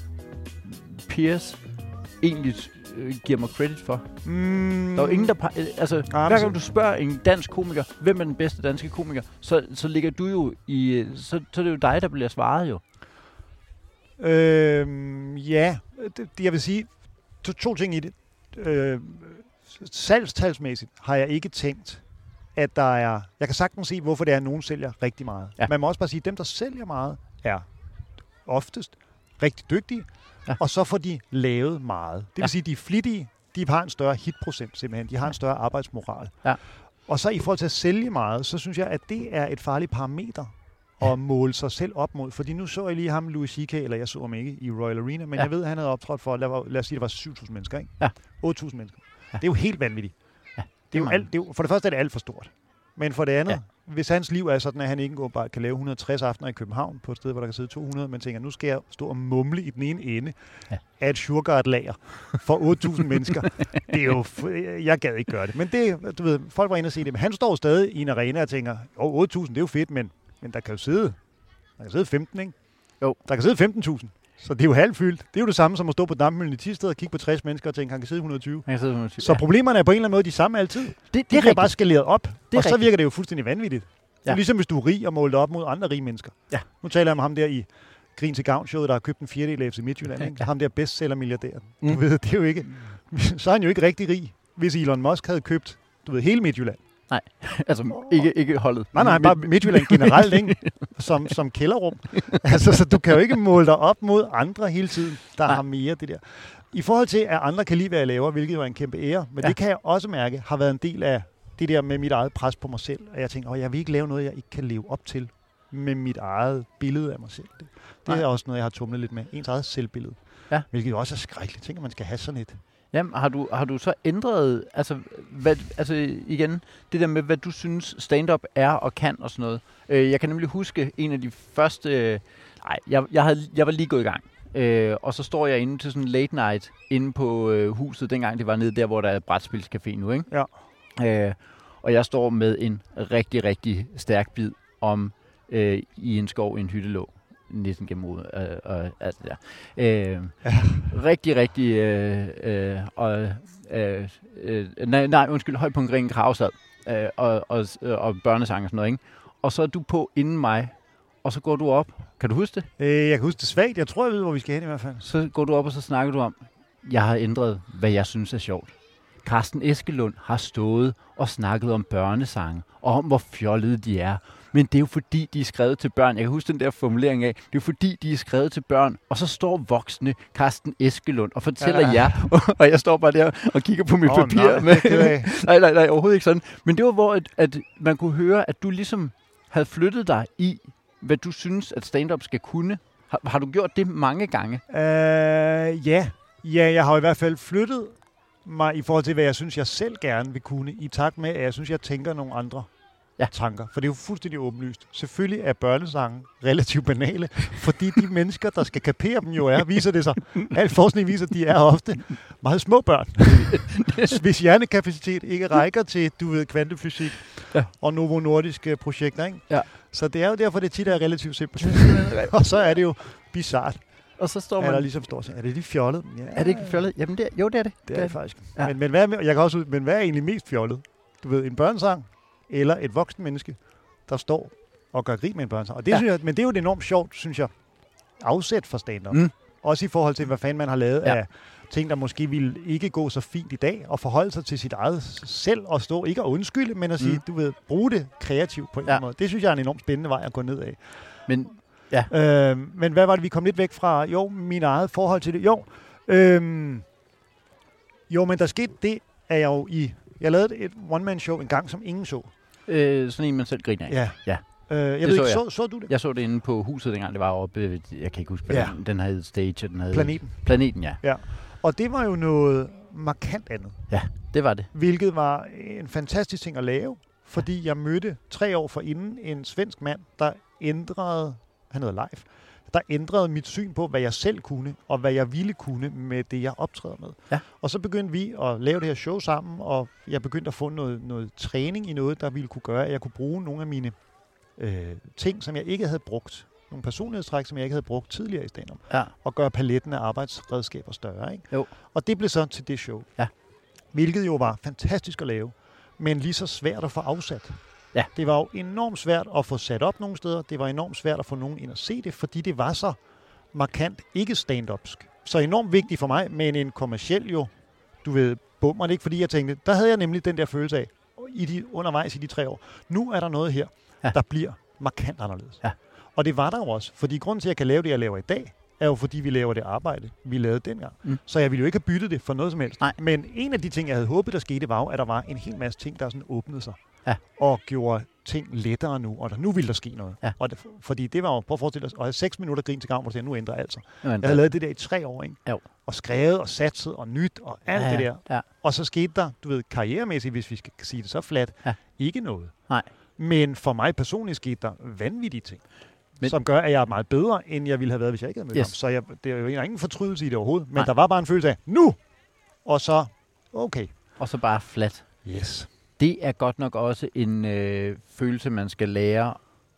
peers egentlig giver mig credit for. Mm. Der er jo ingen, der... Altså, ah, hver gang du spørger en dansk komiker, hvem er den bedste danske komiker, så, så ligger du jo i... Så, så er det jo dig, der bliver svaret jo. Øhm, ja, det, jeg vil sige to, to ting i det. Øh, salgstalsmæssigt har jeg ikke tænkt, at der er... Jeg kan sagtens se, hvorfor det er, at nogen sælger rigtig meget. Ja. Man må også bare sige, at dem, der sælger meget, er oftest rigtig dygtige, ja. Og så får de lavet meget. Det vil ja. sige, at de er flittige, de har en større hitprocent simpelthen, de har en større arbejdsmoral. Ja. Og så i forhold til at sælge meget, så synes jeg, at det er et farligt parameter at måle sig selv op mod. Fordi nu så jeg lige ham, Louis C K, eller jeg så ham ikke i Royal Arena, men ja. jeg ved, at han havde optrådt for, lad, lad os sige, det var syv tusind mennesker, ikke? Ja. otte tusind mennesker. Ja. Det er jo helt vanvittigt. Ja. Det er jo alt, det er jo, for det første er det alt for stort. Men for det andet, ja. hvis hans liv er sådan, at han ikke bare kan lave et hundrede og tres aftener i København på et sted, hvor der kan sidde to hundrede, men tænker, nu skal jeg stå og mumle i den ene ende ja. af et Sugargard-lager for otte tusind mennesker. Det er jo... Jeg gad ikke gøre det. Men det, du ved, folk var inde og se det. Men han står stadig i en arena og tænker, jo, otte tusind, det er jo fedt, men, men der kan jo sidde... Der kan sidde femten, ikke? Jo. Der kan sidde femten tusind. Så det er jo halvfyldt. Det er jo det samme som at stå på Dampmøllen i Thisted og kigge på tres mennesker og tænke, han kan sidde et hundrede og tyve. Han kan sidde et hundrede og tyve. Så ja. problemerne er på en eller anden måde de samme altid. Det, det, det er bare skaleret op, og så virker det jo fuldstændig vanvittigt. Ja. Det er ligesom hvis du er rig og måler op mod andre rige mennesker. Ja. Nu taler jeg om ham der i Grin til Gavn-showet, der har købt en fjerdedel af F C Midtjylland. Ja. Ikke? Ham der bestseller-milliardæren. Mm. Du ved, det er jo ikke... Så er han jo ikke rigtig rig, hvis Elon Musk havde købt, du ved, hele Midtjylland. Nej, altså ikke, ikke holdet. Nej, nej, bare Midtjylland generelt, ikke? Som, som kælderrum. Altså, så du kan jo ikke måle dig op mod andre hele tiden, der nej. har mere det der. I forhold til, at andre kan lide, hvad jeg laver, hvilket jo er en kæmpe ære, men ja. det kan jeg også mærke, har været en del af det der med mit eget pres på mig selv. Og jeg tænker, åh, jeg vil ikke lave noget, jeg ikke kan leve op til med mit eget billede af mig selv. Det, det er også noget, jeg har tumlet lidt med. Ens eget selvbillede. Ja. Hvilket jo også er skrækkeligt. Tænker, man skal have sådan et. Jamen, har du, har du så ændret, altså, hvad, altså igen, det der med, hvad du synes stand-up er og kan og sådan noget. Øh, jeg kan nemlig huske en af de første, øh, nej, jeg, jeg, havde, jeg var lige gået i gang. Øh, og så står jeg inde til sådan en late night inde på øh, huset, dengang det var nede der, hvor der er brætspilscafé nu, ikke? Ja. Øh, og jeg står med en rigtig, rigtig stærk bid om øh, i en skov i en hytte lå. Næsten gennem hovedet, øh, og alt det der. Øh, ja. Rigtig, rigtig, øh, øh, og, øh, øh, nej, nej, undskyld, højt på en gren kravsad, øh, og, og, og børnesang og sådan noget, ikke? Og så er du på inden mig, og så går du op. Kan du huske det? Øh, jeg kan huske det svagt. Jeg tror, jeg ved, hvor vi skal hen i hvert fald. Så går du op, og så snakker du om, jeg har ændret, hvad jeg synes er sjovt. Carsten Eskelund har stået og snakket om børnesange, og om hvor fjollede de er. Men det er jo fordi, de er skrevet til børn. Jeg kan huske den der formulering af, det er jo fordi, de er skrevet til børn, og så står voksne Carsten Eskelund og fortæller ja. jer, og jeg står bare der og kigger på mit oh, papir. Nej, med, det nej, nej, nej, overhovedet ikke sådan. Men det var, hvor at, at man kunne høre, at du ligesom havde flyttet dig i, hvad du synes, at stand-up skal kunne. Har, har du gjort det mange gange? Uh, ja. ja, jeg har i hvert fald flyttet mig i forhold til, hvad jeg synes, jeg selv gerne vil kunne, i takt med, at jeg synes, jeg tænker nogle andre ja. tanker. For det er jo fuldstændig åbenlyst. Selvfølgelig er børnesange relativt banale, fordi de mennesker, der skal kapere dem jo er, viser det sig. Al forskning viser, at de er ofte meget små børn. Hvis hjernekapacitet ikke rækker til, du ved, kvantefysik ja. og Novo Nordiske projekter, ikke? Ja. Så det er jo derfor, det tit er relativt simpelt. Og så er det jo bizart. Og så står man... Eller ligesom står og er det de fjollede? Ja. Er det ikke fjollet? Jamen, det er, jo, det er det. Det er det, det faktisk. Ja. Men, men, hvad er, jeg kan også ud, men hvad er egentlig mest fjollet? Du ved, en børnesang eller et voksen menneske, der står og gør grin med en børnesang. Og det ja. synes jeg, men det er jo enormt sjovt, synes jeg, afsæt for stand-up. Mm. Også i forhold til, hvad fanden man har lavet ja. af ting, der måske ville ikke gå så fint i dag, og forholde sig til sit eget selv, og stå ikke at undskylde, men at sige, mm. du ved, bruge det kreativt på en ja. måde. Det synes jeg er en enormt spændende vej at gå ned af. Men ja. Øh, men hvad var det, vi kom lidt væk fra? Jo, min eget forhold til det. Jo, øh, jo men der skete det, at jeg jo i... Jeg lavede et one-man-show en gang, som ingen så. Øh, sådan en, man selv griner af. Ja. ja. Øh, jeg det ved så ikke, jeg. Så, så du det? Jeg så det inde på huset, dengang det var oppe. Jeg kan ikke huske, ja. den, den havde Stage, den havde... Planeten. Planeten, ja. ja. Og det var jo noget markant andet. Ja, det var det. Hvilket var en fantastisk ting at lave, fordi ja. jeg mødte tre år forinden en svensk mand, der ændrede... Han hedder Leif. Der ændrede mit syn på, hvad jeg selv kunne, og hvad jeg ville kunne med det, jeg optræder med. Ja. Og så begyndte vi at lave det her show sammen, og jeg begyndte at få noget, noget træning i noget, der ville kunne gøre, at jeg kunne bruge nogle af mine øh, ting, som jeg ikke havde brugt. Nogle personlighedstræk, som jeg ikke havde brugt tidligere i stand-up. Ja. Og gøre paletten af arbejdsredskaber større. Ikke? Jo. Og det blev så til det show. Ja. Hvilket jo var fantastisk at lave, men lige så svært at få afsat. Ja. Det var jo enormt svært at få sat op nogle steder. Det var enormt svært at få nogen ind og se det, fordi det var så markant ikke stand-upsk. Så enormt vigtigt for mig, men en kommerciel jo, du ved, bummer det ikke, fordi jeg tænkte, der havde jeg nemlig den der følelse af, i de, undervejs i de tre år. Nu er der noget her, ja. der bliver markant anderledes. Ja. Og det var der jo også, fordi grunden til, at jeg kan lave det, jeg laver i dag, er jo fordi, vi laver det arbejde, vi lavede dengang. Mm. Så jeg ville jo ikke have byttet det for noget som helst. Nej. Men en af de ting, jeg havde håbet, der skete, var jo, at der var en hel masse ting, der sådan åbnede sig. Ja. Og gjorde ting lettere nu, og der, nu ville der ske noget. Ja. Og det, fordi det var jo, prøv at forestille dig, at have seks minutter grin til gang, hvor du siger, nu ændrer alt sig. Jeg havde lavet det der i tre år, ikke? Jo. Og skrevet og satset og nyt og alt ja, det der. Ja. Og så skete der, du ved, karrieremæssigt, hvis vi skal sige det så flat, ja. ikke noget. Nej. Men for mig personligt skete der vanvittige ting. Men, som gør, at jeg er meget bedre, end jeg ville have været, hvis jeg ikke havde mødt yes. ham. Så jeg, det er jo ingen fortrydelse i det overhovedet. Men Nej. der var bare en følelse af, nu! Og så, okay. Og så bare flat. Yes. Det er godt nok også en øh, følelse, man skal lære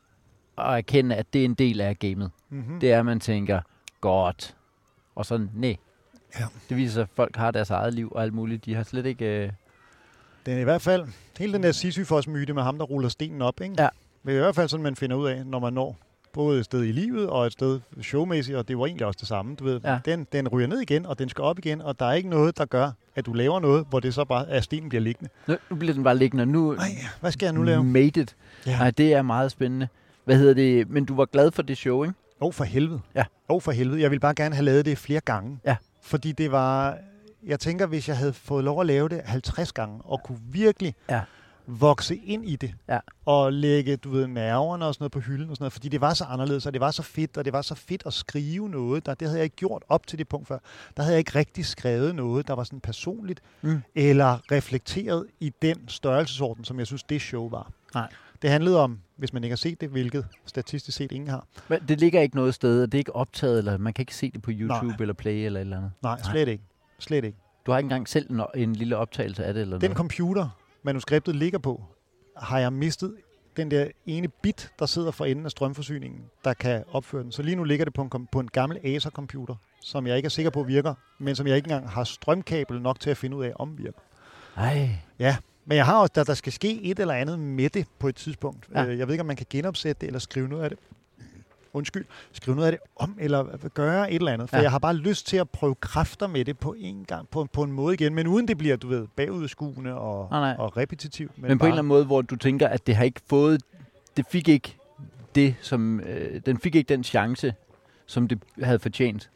at erkende, at det er en del af gamet. Mm-hmm. Det er, at man tænker, godt. Og så, nej. Ja. Det viser sig, at folk har deres eget liv og alt muligt. De har slet ikke... Øh... Det er i hvert fald, hele den der Sisyfos-myte med ham, der ruller stenen op, ikke? Ja. Det er i hvert fald sådan, man finder ud af, når man når både et sted i livet og et sted showmæssigt, og det var egentlig også det samme. Du ved, ja. den, den ryger ned igen, og den skal op igen, og der er ikke noget, der gør, at du laver noget, hvor det så bare, at stenen bliver liggende. Nu, nu bliver den bare liggende. Nu, Ej, hvad skal jeg nu lave? Made it. Ja. Ej, det er meget spændende. Hvad hedder det? Men du var glad for det show, ikke? Åh, oh, for helvede. Ja. Åh, oh, for helvede. Jeg ville bare gerne have lavet det flere gange. Ja. Fordi det var... Jeg tænker, hvis jeg havde fået lov at lave det halvtreds gange, og kunne virkelig... Ja. vokse ind i det, ja. og lægge, du ved, nerverne og sådan noget på hylden og sådan noget, fordi det var så anderledes, og det var så fedt, og det var så fedt at skrive noget, der, det havde jeg ikke gjort op til det punkt før. Der havde jeg ikke rigtig skrevet noget, der var sådan personligt, mm. eller reflekteret i den størrelsesorden, som jeg synes, det show var. Nej. Det handlede om, hvis man ikke har set det, hvilket statistisk set ingen har. Men det ligger ikke noget sted, og det er ikke optaget, eller man kan ikke se det på YouTube Nej. eller Play eller et eller andet? Nej, slet Nej. ikke. Slet ikke. Du har ikke engang selv en, en lille optagelse af det? Eller den noget? Computer, manuskriptet ligger på, har jeg mistet den der ene bit, der sidder for enden af strømforsyningen, der kan opføre den. Så lige nu ligger det på en, på en gammel Acer-computer, som jeg ikke er sikker på virker, men som jeg ikke engang har strømkabel nok til at finde ud af, om virker. Ej. Ja, men jeg har også, der, der skal ske et eller andet med det på et tidspunkt. Ja. Jeg ved ikke, om man kan genopsætte det eller skrive noget af det. undskyld, skrive noget af det om, eller gøre et eller andet. For ja. jeg har bare lyst til at prøve kræfter med det på en gang, på, på en måde igen, men uden det bliver, du ved, bagudskuende og, nej, nej. og repetitivt. Men, men på bare... en eller anden måde, hvor du tænker, at det har ikke fået, det fik ikke det, som, øh, den fik ikke den chance, som det havde fortjent.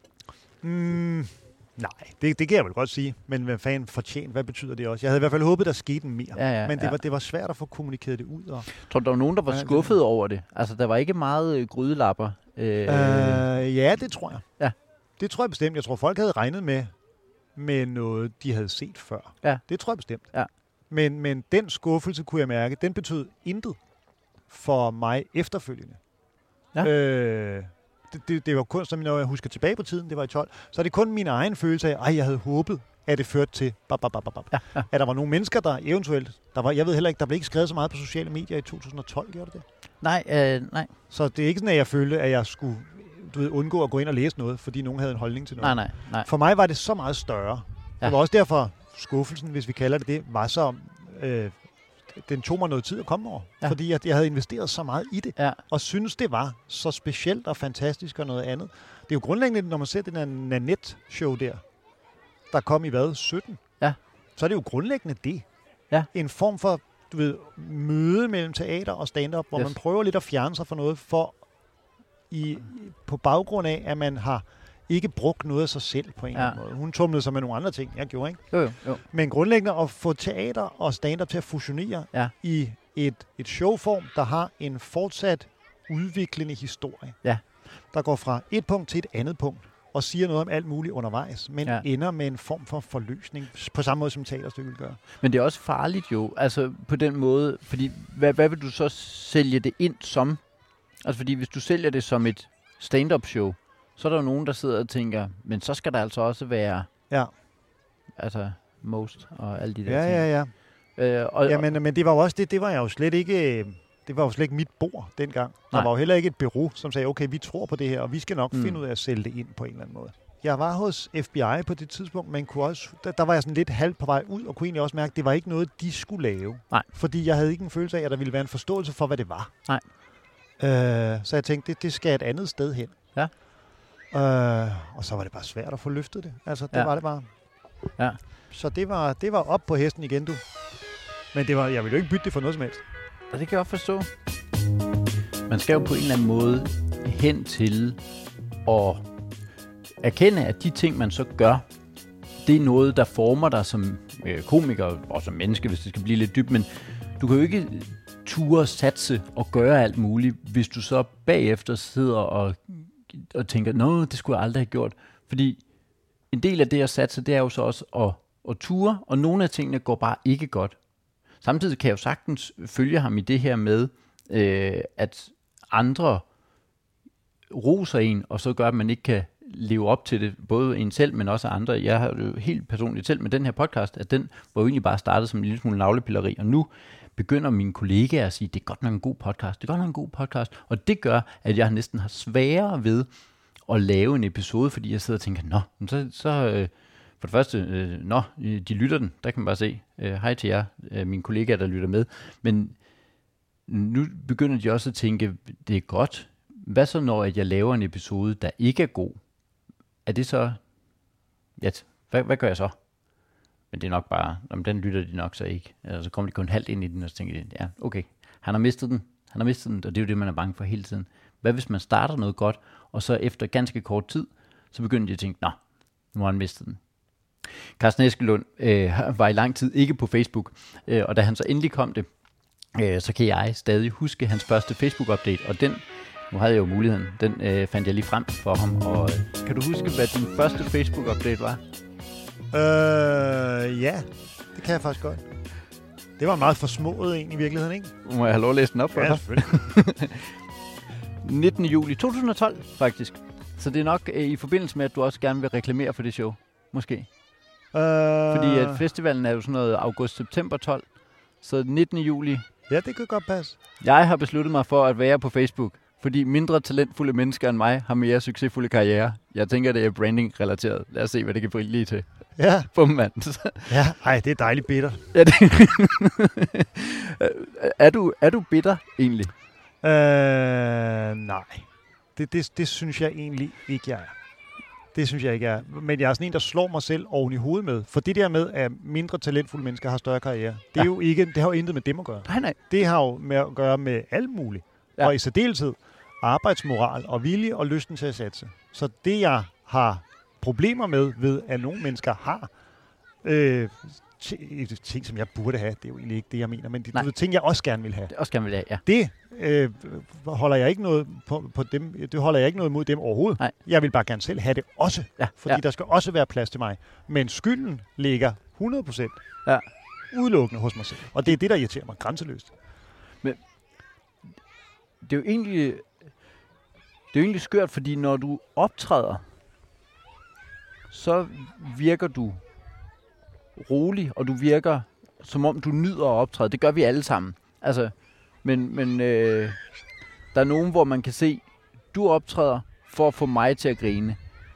Mm, nej, det, det kan jeg vel godt sige. Men hvad fanden fortjent, hvad betyder det også? Jeg havde i hvert fald håbet, der skete mere. Ja, ja, men det, ja. var, det var svært at få kommunikeret det ud. Og... Tror du, der var nogen, der var skuffet over det? Altså, der var ikke meget øh, grydelapper. Øh, øh, ja, det tror jeg. Ja. Det tror jeg bestemt. Jeg tror, folk havde regnet med, med noget, de havde set før. Ja. Det tror jeg bestemt. Ja. Men, men den skuffelse, kunne jeg mærke, den betød intet for mig efterfølgende. Ja. Øh, det, det, det var kun, som når jeg husker tilbage på tiden, det var i tolv, så er det kun min egen følelse af, at jeg havde håbet, at det førte til, bap, bap, bap, bap. Ja, ja. At der var nogle mennesker, der eventuelt, der var, jeg ved heller ikke, der blev ikke skrevet så meget på sociale medier i to tusind og tolv, gjorde det det? Nej, øh, nej. Så det er ikke sådan, at jeg følte, at jeg skulle du ved, undgå at gå ind og læse noget, fordi nogen havde en holdning til noget. Nej, nej, nej. For mig var det så meget større. Ja. Det var også derfor, skuffelsen, hvis vi kalder det det, var så... Øh, den tog mig noget tid at komme over, ja. Fordi jeg, jeg havde investeret så meget i det, ja. Og synes det var så specielt og fantastisk og noget andet. Det er jo grundlæggende, når man ser den her Nanette-show der, der kom i hvad, sytten? Ja. Så er det jo grundlæggende det. Ja. En form for, du ved, møde mellem teater og stand-up, hvor yes. man prøver lidt at fjerne sig fra noget, for i, på baggrund af, at man har ikke brugt noget af sig selv på en ja. Eller anden måde. Hun tumlede sig med nogle andre ting, jeg gjorde, ikke? Jo, jo, jo. Men grundlæggende at få teater og stand-up til at fusionere ja. I et, et showform, der har en fortsat udviklende historie. Ja. Der går fra et punkt til et andet punkt, og siger noget om alt muligt undervejs, men ja. Ender med en form for forløsning, på samme måde som teaterstykket gør. Men det er også farligt jo, altså på den måde, fordi hvad, hvad vil du så sælge det ind som? Altså fordi hvis du sælger det som et stand-up show, så er der jo nogen, der sidder og tænker, men så skal der altså også være, ja. Altså, most og alle de der ja, ting. Ja, ja, øh, og, ja. Men, men det var jo også det, det var jeg jo slet ikke, det var jo slet ikke mit bord dengang. Nej. Der var jo heller ikke et bureau, som sagde, okay, vi tror på det her, og vi skal nok mm. finde ud af at sælge det ind på en eller anden måde. Jeg var hos F B I på det tidspunkt, men kunne også, der, der var jeg sådan lidt halvt på vej ud, og kunne egentlig også mærke, at det var ikke noget, de skulle lave. Nej. Fordi jeg havde ikke en følelse af, at der ville være en forståelse for, hvad det var. Nej. Øh, så jeg tænkte, det, det skal et andet sted hen. Ja. Øh, og så var det bare svært at få løftet det. Altså, det ja. var det bare. Ja. Så det var, det var op på hesten igen, du. Men det var, jeg ville jo ikke bytte det for noget som helst. Og det kan jeg også forstå. Man skal jo på en eller anden måde hen til at erkende, at de ting, man så gør, det er noget, der former dig som øh, komiker og som menneske, hvis det skal blive lidt dybt. Men du kan jo ikke ture, satse og gøre alt muligt, hvis du så bagefter sidder og, og tænker, nå, det skulle jeg aldrig have gjort. Fordi en del af det at satse, det er jo så også at, at ture, og nogle af tingene går bare ikke godt. Samtidig kan jeg jo sagtens følge ham i det her med, øh, at andre roser en, og så gør, at man ikke kan leve op til det, både en selv, men også andre. Jeg har jo helt personligt selv med den her podcast, at den var jo egentlig bare startet som en lille smule navlepilleri, og nu begynder mine kollegaer at sige, det er godt nok en god podcast, det er godt nok en god podcast, og det gør, at jeg næsten har sværere ved at lave en episode, fordi jeg sidder og tænker, nå, så, så øh, for det første, øh, nå, de lytter den, der kan man bare se, øh, hej til jer, øh, mine kollegaer, der lytter med, men nu begynder de også at tænke, det er godt, hvad så når jeg laver en episode, der ikke er god? Er det så, ja, hvad, hvad gør jeg så? Men det er nok bare, om den lytter de nok så ikke. Altså, så kommer de kun halvt ind i den, og så tænker de, ja, okay, han har mistet den, han har mistet den, og det er jo det, man er bange for hele tiden. Hvad hvis man starter noget godt, og så efter ganske kort tid, så begynder de at tænke, nå, nu har han mistet den. Carsten Eskelund øh, var i lang tid ikke på Facebook, øh, og da han så endelig kom det, øh, så kan jeg stadig huske hans første Facebook-update, og den, nu havde jeg jo muligheden, den øh, fandt jeg lige frem for ham, og øh, kan du huske, hvad din første Facebook-update var? Øh, ja, det kan jeg faktisk godt. Det var meget forsmået en i virkeligheden, ikke? Må jeg have lov at læse den op for ja, dig? selvfølgelig. nittende juli to tusind og tolv, faktisk. Så det er nok øh, i forbindelse med, at du også gerne vil reklamere for det show, måske. Øh... Fordi at festivalen er jo sådan noget august-september tolv, så nittende juli. Ja, det kan godt passe. Jeg har besluttet mig for at være på Facebook, fordi mindre talentfulde mennesker end mig har mere succesfulde karriere. Jeg tænker, det er branding-relateret. Lad os se, hvad det kan blive lige til. Ja. Bum, mand. Ja, ej, det er dejligt bitter. Ja, det er, du, er du bitter, egentlig? Øh, nej. Det, det, det synes jeg egentlig ikke, jeg er. Det synes jeg ikke er. Men jeg er sådan en, der slår mig selv oven i hovedet med. For det der med, at mindre talentfulde mennesker har større karriere, det, er Ja. jo ikke, det har jo intet med dem at gøre. Nej, nej. Det har jo med at gøre med alt muligt. Ja. Ja. Og i særdeleshed arbejdsmoral og vilje og lysten til at satse. Så det, jeg har problemer med, ved at nogle mennesker har øh, t- ting, som jeg burde have, det er jo egentlig ikke det, jeg mener, men det er ting, jeg også gerne vil have. Det er også gerne vil have, ja. Det øh, holder jeg ikke noget på, på dem. Det holder jeg ikke noget mod dem overhovedet. Nej. Jeg vil bare gerne selv have det også, Ja, fordi ja. der skal også være plads til mig. Men skylden ligger hundrede procent Ja. udelukkende hos mig selv. Og det er det, der irriterer mig grænseløst. Det er jo egentlig, det er jo egentlig skørt, fordi når du optræder, så virker du rolig, og du virker, som om du nyder at optræde. Det gør vi alle sammen. Altså, men men øh, der er nogen, hvor man kan se, du optræder for at få mig til at grine.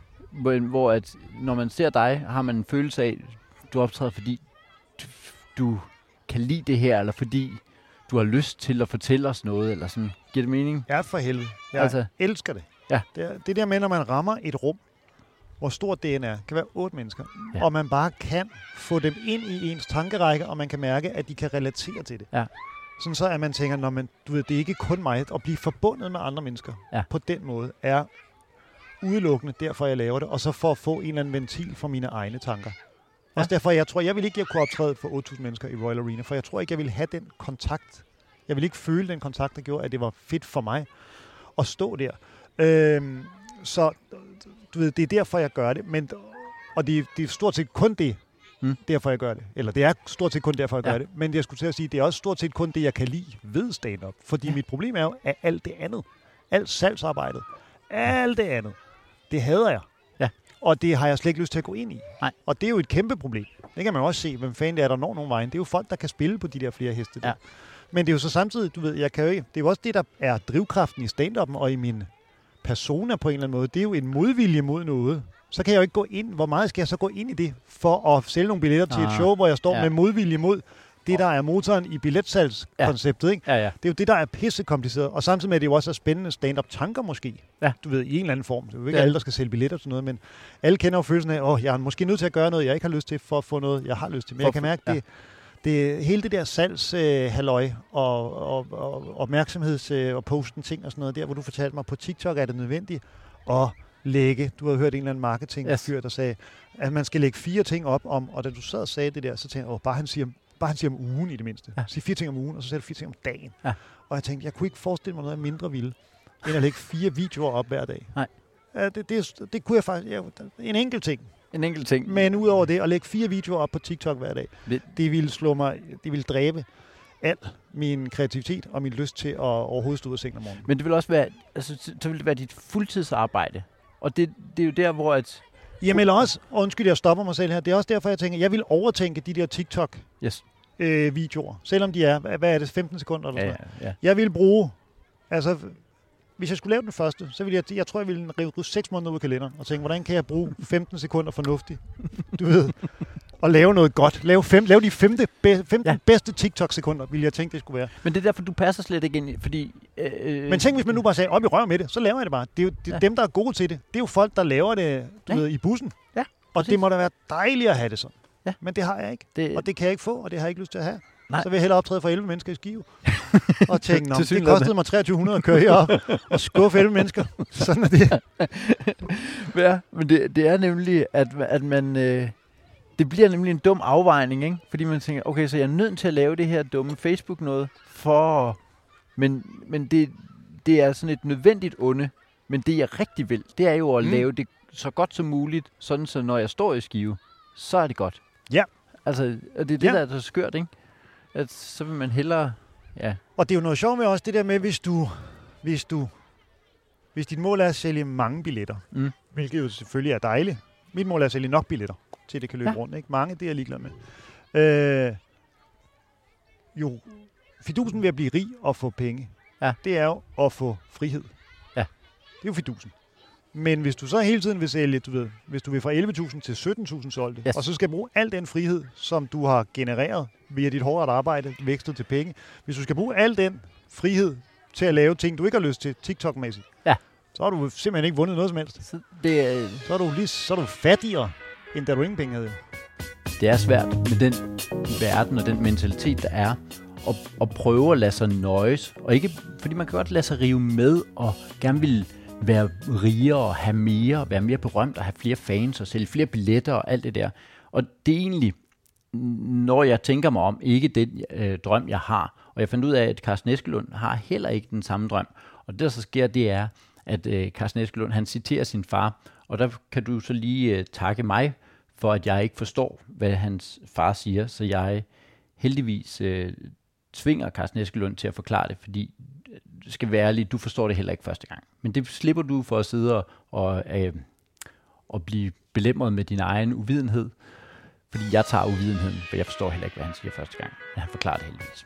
Men hvor at, når man ser dig, har man en følelse af, du optræder, fordi du, du kan lide det her, eller fordi du har lyst til at fortælle os noget, eller sådan. Giver det mening? Ja, for helvede. Jeg Altså- altså, elsker det. Ja. Det, er, det der med, når man rammer et rum, hvor stort det end er, kan være otte mennesker, Ja. ja. og man bare kan få dem ind i ens tankerække, og man kan mærke, at de kan relatere til det. Ja. Sådan så, at man tænker, når man, du ved, det er ikke kun mig, at blive forbundet med andre mennesker Ja. på den måde, er udelukkende derfor, jeg laver det, og så for at få en eller anden ventil for mine egne tanker. Ja. Også derfor, jeg tror, jeg vil ikke jeg kunne optræde for otte tusind mennesker i Royal Arena, for jeg tror ikke, jeg vil have den kontakt. Jeg vil ikke føle den kontakt, der gjorde, at det var fedt for mig at stå der. Øhm, så du ved, det er derfor, jeg gør det. Men, og det, det er stort set kun det, Mm. derfor jeg gør det. Eller det er stort set kun derfor, jeg Ja. gør det. Men jeg skulle til at sige, det er også stort set kun det, jeg kan lide ved stand-up. Fordi Ja. mit problem er jo, at alt det andet, alt salgsarbejdet, alt det andet, det hader jeg. Ja. Og det har jeg slet ikke lyst til at gå ind i. Nej. Og det er jo et kæmpe problem. Det kan man jo også se, hvem fanden det er, der når nogen vejen. Det er jo folk, der kan spille på de der flere heste. Der. Ja. Men det er jo så samtidig, du ved, jeg kan jo ikke, det er jo også det, der er drivkraften i stand-up'en og i min persona på en eller anden måde. Det er jo en modvilje mod noget. Så kan jeg jo ikke gå ind, hvor meget skal jeg så gå ind i det, for at sælge nogle billetter til Ah, et show, hvor jeg står ja. med modvilje mod det, der er motoren i billetsalgskonceptet, ikke? Ja, ja. Det er jo det, der er pissekompliceret. Og samtidig med, at det jo også er spændende stand-up tanker måske. Ja. Du ved, i en eller anden form. Det er jo ikke Ja. alle, der skal sælge billetter til noget, men alle kender jo følelsen af, åh, oh, jeg er måske nødt til at gøre noget, jeg ikke har lyst til, for at få noget, jeg har lyst til. Men For jeg kan at få- mærke, ja. det, det hele det der salgshalløj øh, og, og, og opmærksomheds- øh, og posten ting og sådan noget der, hvor du fortalte mig, på TikTok er det nødvendigt at lægge, du har hørt en eller anden marketingfyr, Yes. der sagde, at man skal lægge fire ting op om, og da du sad og sagde det der, så tænkte jeg, åh, bare han siger, bare han siger om ugen i det mindste. Ja. Sig fire ting om ugen, og så sætter du fire ting om dagen. Ja. Og jeg tænkte, jeg kunne ikke forestille mig noget mindre vildt, end at lægge fire videoer op hver dag. Nej. Ja, det, det, det kunne jeg faktisk, ja, en enkelt ting. En enkelt ting. Men udover det, at lægge fire videoer op på TikTok hver dag, Det- det ville slå mig, det ville dræbe al min kreativitet og min lyst til at overhovedet stå ud af sengen om morgenen. Men det vil også være, altså, så så vil det være dit fuldtidsarbejde. Og det, det er jo der, hvor at... Jamen eller også, undskyld, jeg stopper mig selv her, det er også derfor, jeg tænker, jeg vil overtænke de der TikTok-videoer, Yes. videoer, selvom de er, hvad hvad er det, femten sekunder eller Ja, sådan ja, noget. ja. Jeg vil bruge, altså, hvis jeg skulle lave den første, så ville jeg, jeg tror, jeg ville rive seks måneder ud af kalenderen og tænke, hvordan kan jeg bruge femten sekunder fornuftigt, du ved, og lave noget godt. Lave, fem, lave de femte, be, femten Ja. ja. bedste TikTok-sekunder, ville jeg tænke, det skulle være. Men det er derfor, du passer slet ikke ind i, fordi... Øh, Men tænk, hvis man nu bare sagde, op i røv med det, så laver jeg det bare. Det er jo det er Ja. dem, der er gode til det. Det er jo folk, der laver det, du Ja. ved, i bussen. Ja, og præcis. det må da være dejligt at have det sådan. Ja. Men det har jeg ikke. det, Og det kan jeg ikke få, og det har jeg ikke lyst til at have. Nej. Så vil jeg hellere optræde for elleve mennesker i Skive. og tænke, nå, det Tilsyneladende. kostede mig treogtyve hundrede at køre herop og skuffe elleve mennesker. Sådan er det. Ja, men det, det er nemlig, at, at man... Øh, det bliver nemlig en dum afvejning, ikke? Fordi man tænker, okay, så jeg er nødt til at lave det her dumme Facebook-noget for... Men, men det, det er sådan et nødvendigt onde. Men det, jeg rigtig vil, det er jo at Mm. mm. lave det så godt som muligt, sådan så når jeg står i Skive, så er det godt. Ja. Altså, og det er det, Ja. der er så skørt, ikke? At så vil man hellere... Ja, Og det er jo noget sjovt med også det der med, hvis du... Hvis du hvis dit mål er at sælge mange billetter, Mm. hvilket jo selvfølgelig er dejligt. Mit mål er at sælge nok billetter, til det kan løbe Ja. rundt. Ikke? Mange, det er jeg ligeglad med. Øh, jo, fidusen ved at blive rig og få penge, Ja. det er jo at få frihed. Ja. Det er jo fidusen. Men hvis du så hele tiden vil sælge, du ved, hvis du vil fra elleve tusind til sytten tusind solgte, Yes. og så skal bruge al den frihed, som du har genereret via dit hårde arbejde, vækstet til penge, hvis du skal bruge al den frihed til at lave ting, du ikke har lyst til, TikTok-mæssigt, Ja. så Så har du simpelthen ikke vundet noget som helst. Så det, er, Så er du, lige, så er du fattigere, end da du ingen penge havde. det er svært med den verden og den mentalitet, der er, at, at prøve at lade sig nøjes. Og ikke, fordi man kan godt lade sig rive med, og gerne vil være rigere og have mere, være mere berømt og have flere fans og sælge flere billetter og alt det der. Og det er egentlig, når jeg tænker mig om, ikke den øh, drøm, jeg har. Og jeg fandt ud af, at Carsten Eskelund har heller ikke den samme drøm. Og det, der så sker, det er, at øh, Carsten Eskelund, han citerer sin far, og der kan du så lige øh, takke mig for, at jeg ikke forstår, hvad hans far siger, så jeg heldigvis øh, tvinger Carsten Eskelund til at forklare det, fordi det skal være ærlig, du forstår det heller ikke første gang. Men det slipper du for at sidde og, og, øh, og blive belemret med din egen uvidenhed, fordi jeg tager uvidenheden, for jeg forstår heller ikke, hvad han siger første gang. Men han forklarer det heldigvis.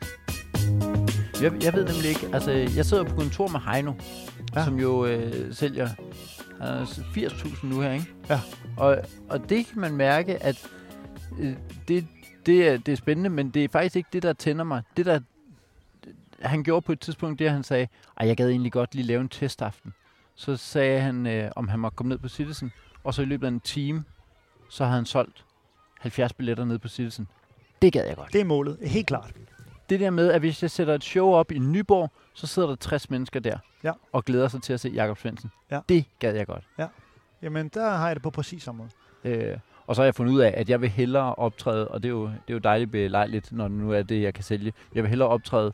Jeg, jeg ved nemlig ikke, altså jeg sidder på kontor med Heino, ja. som jo øh, sælger øh, firs tusind nu her, ikke? Ja. Og, og det kan man mærke, at øh, det, det, er, det er spændende, men det er faktisk ikke det, der tænder mig. Det der, han gjorde på et tidspunkt, det at han sagde, at jeg gad egentlig godt lige lave en testaften. Så sagde han, øh, om han måtte komme ned på Citizen, og så i løbet af en time, så havde han solgt halvfjerds billetter ned på Citizen. Det gad jeg godt. Det er målet, helt klart. Det der med, at hvis jeg sætter et show op i Nyborg, så sidder der tres mennesker der, ja. og glæder sig til at se Jakob Svendsen. Ja. Det gad jeg godt. Ja. Jamen, der har jeg det på præcis samme måde. Øh, og så har jeg fundet ud af, at jeg vil hellere optræde, og det er jo, det er jo dejligt belejligt, når det nu er det, jeg kan sælge. Jeg vil hellere optræde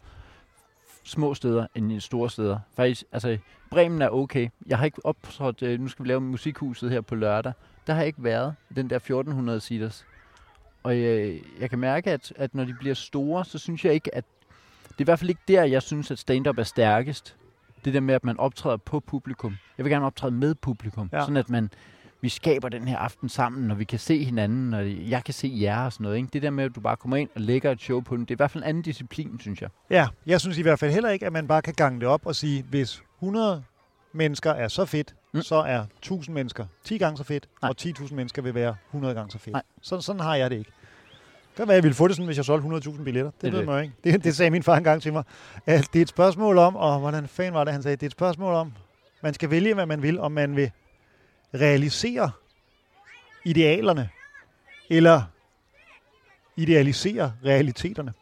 små steder end i store steder. Faktisk, altså, Bremen er okay. Jeg har ikke optrådt, øh, nu skal vi lave musikhuset her på lørdag. Der har jeg ikke været, den der fjorten hundrede seaters. Og jeg, jeg kan mærke, at, at når de bliver store, så synes jeg ikke, at det er i hvert fald ikke der, jeg synes, at stand-up er stærkest. Det der med, at man optræder på publikum. Jeg vil gerne optræde med publikum, ja. Sådan at man, vi skaber den her aften sammen, når vi kan se hinanden, og jeg kan se jer og sådan noget. Ikke? Det der med, at du bare kommer ind og lægger et show på den, det er i hvert fald en anden disciplin, synes jeg. Ja, jeg synes i hvert fald heller ikke, at man bare kan gange det op og sige, hvis hundrede mennesker er så fedt, mm. så er tusind mennesker ti gange så fedt, Nej. og ti tusind mennesker vil være hundrede gange så fedt. Så, sådan har jeg det ikke. Det kan være, jeg ville få det sådan, hvis jeg solgte hundrede tusind billetter. Det, det ved man jo ikke. Det, det sagde min far engang til mig. At det er et spørgsmål om, og hvordan fanden var det, han sagde, det er et spørgsmål om, man skal vælge, hvad man vil, om man vil realisere idealerne, eller idealisere realiteterne.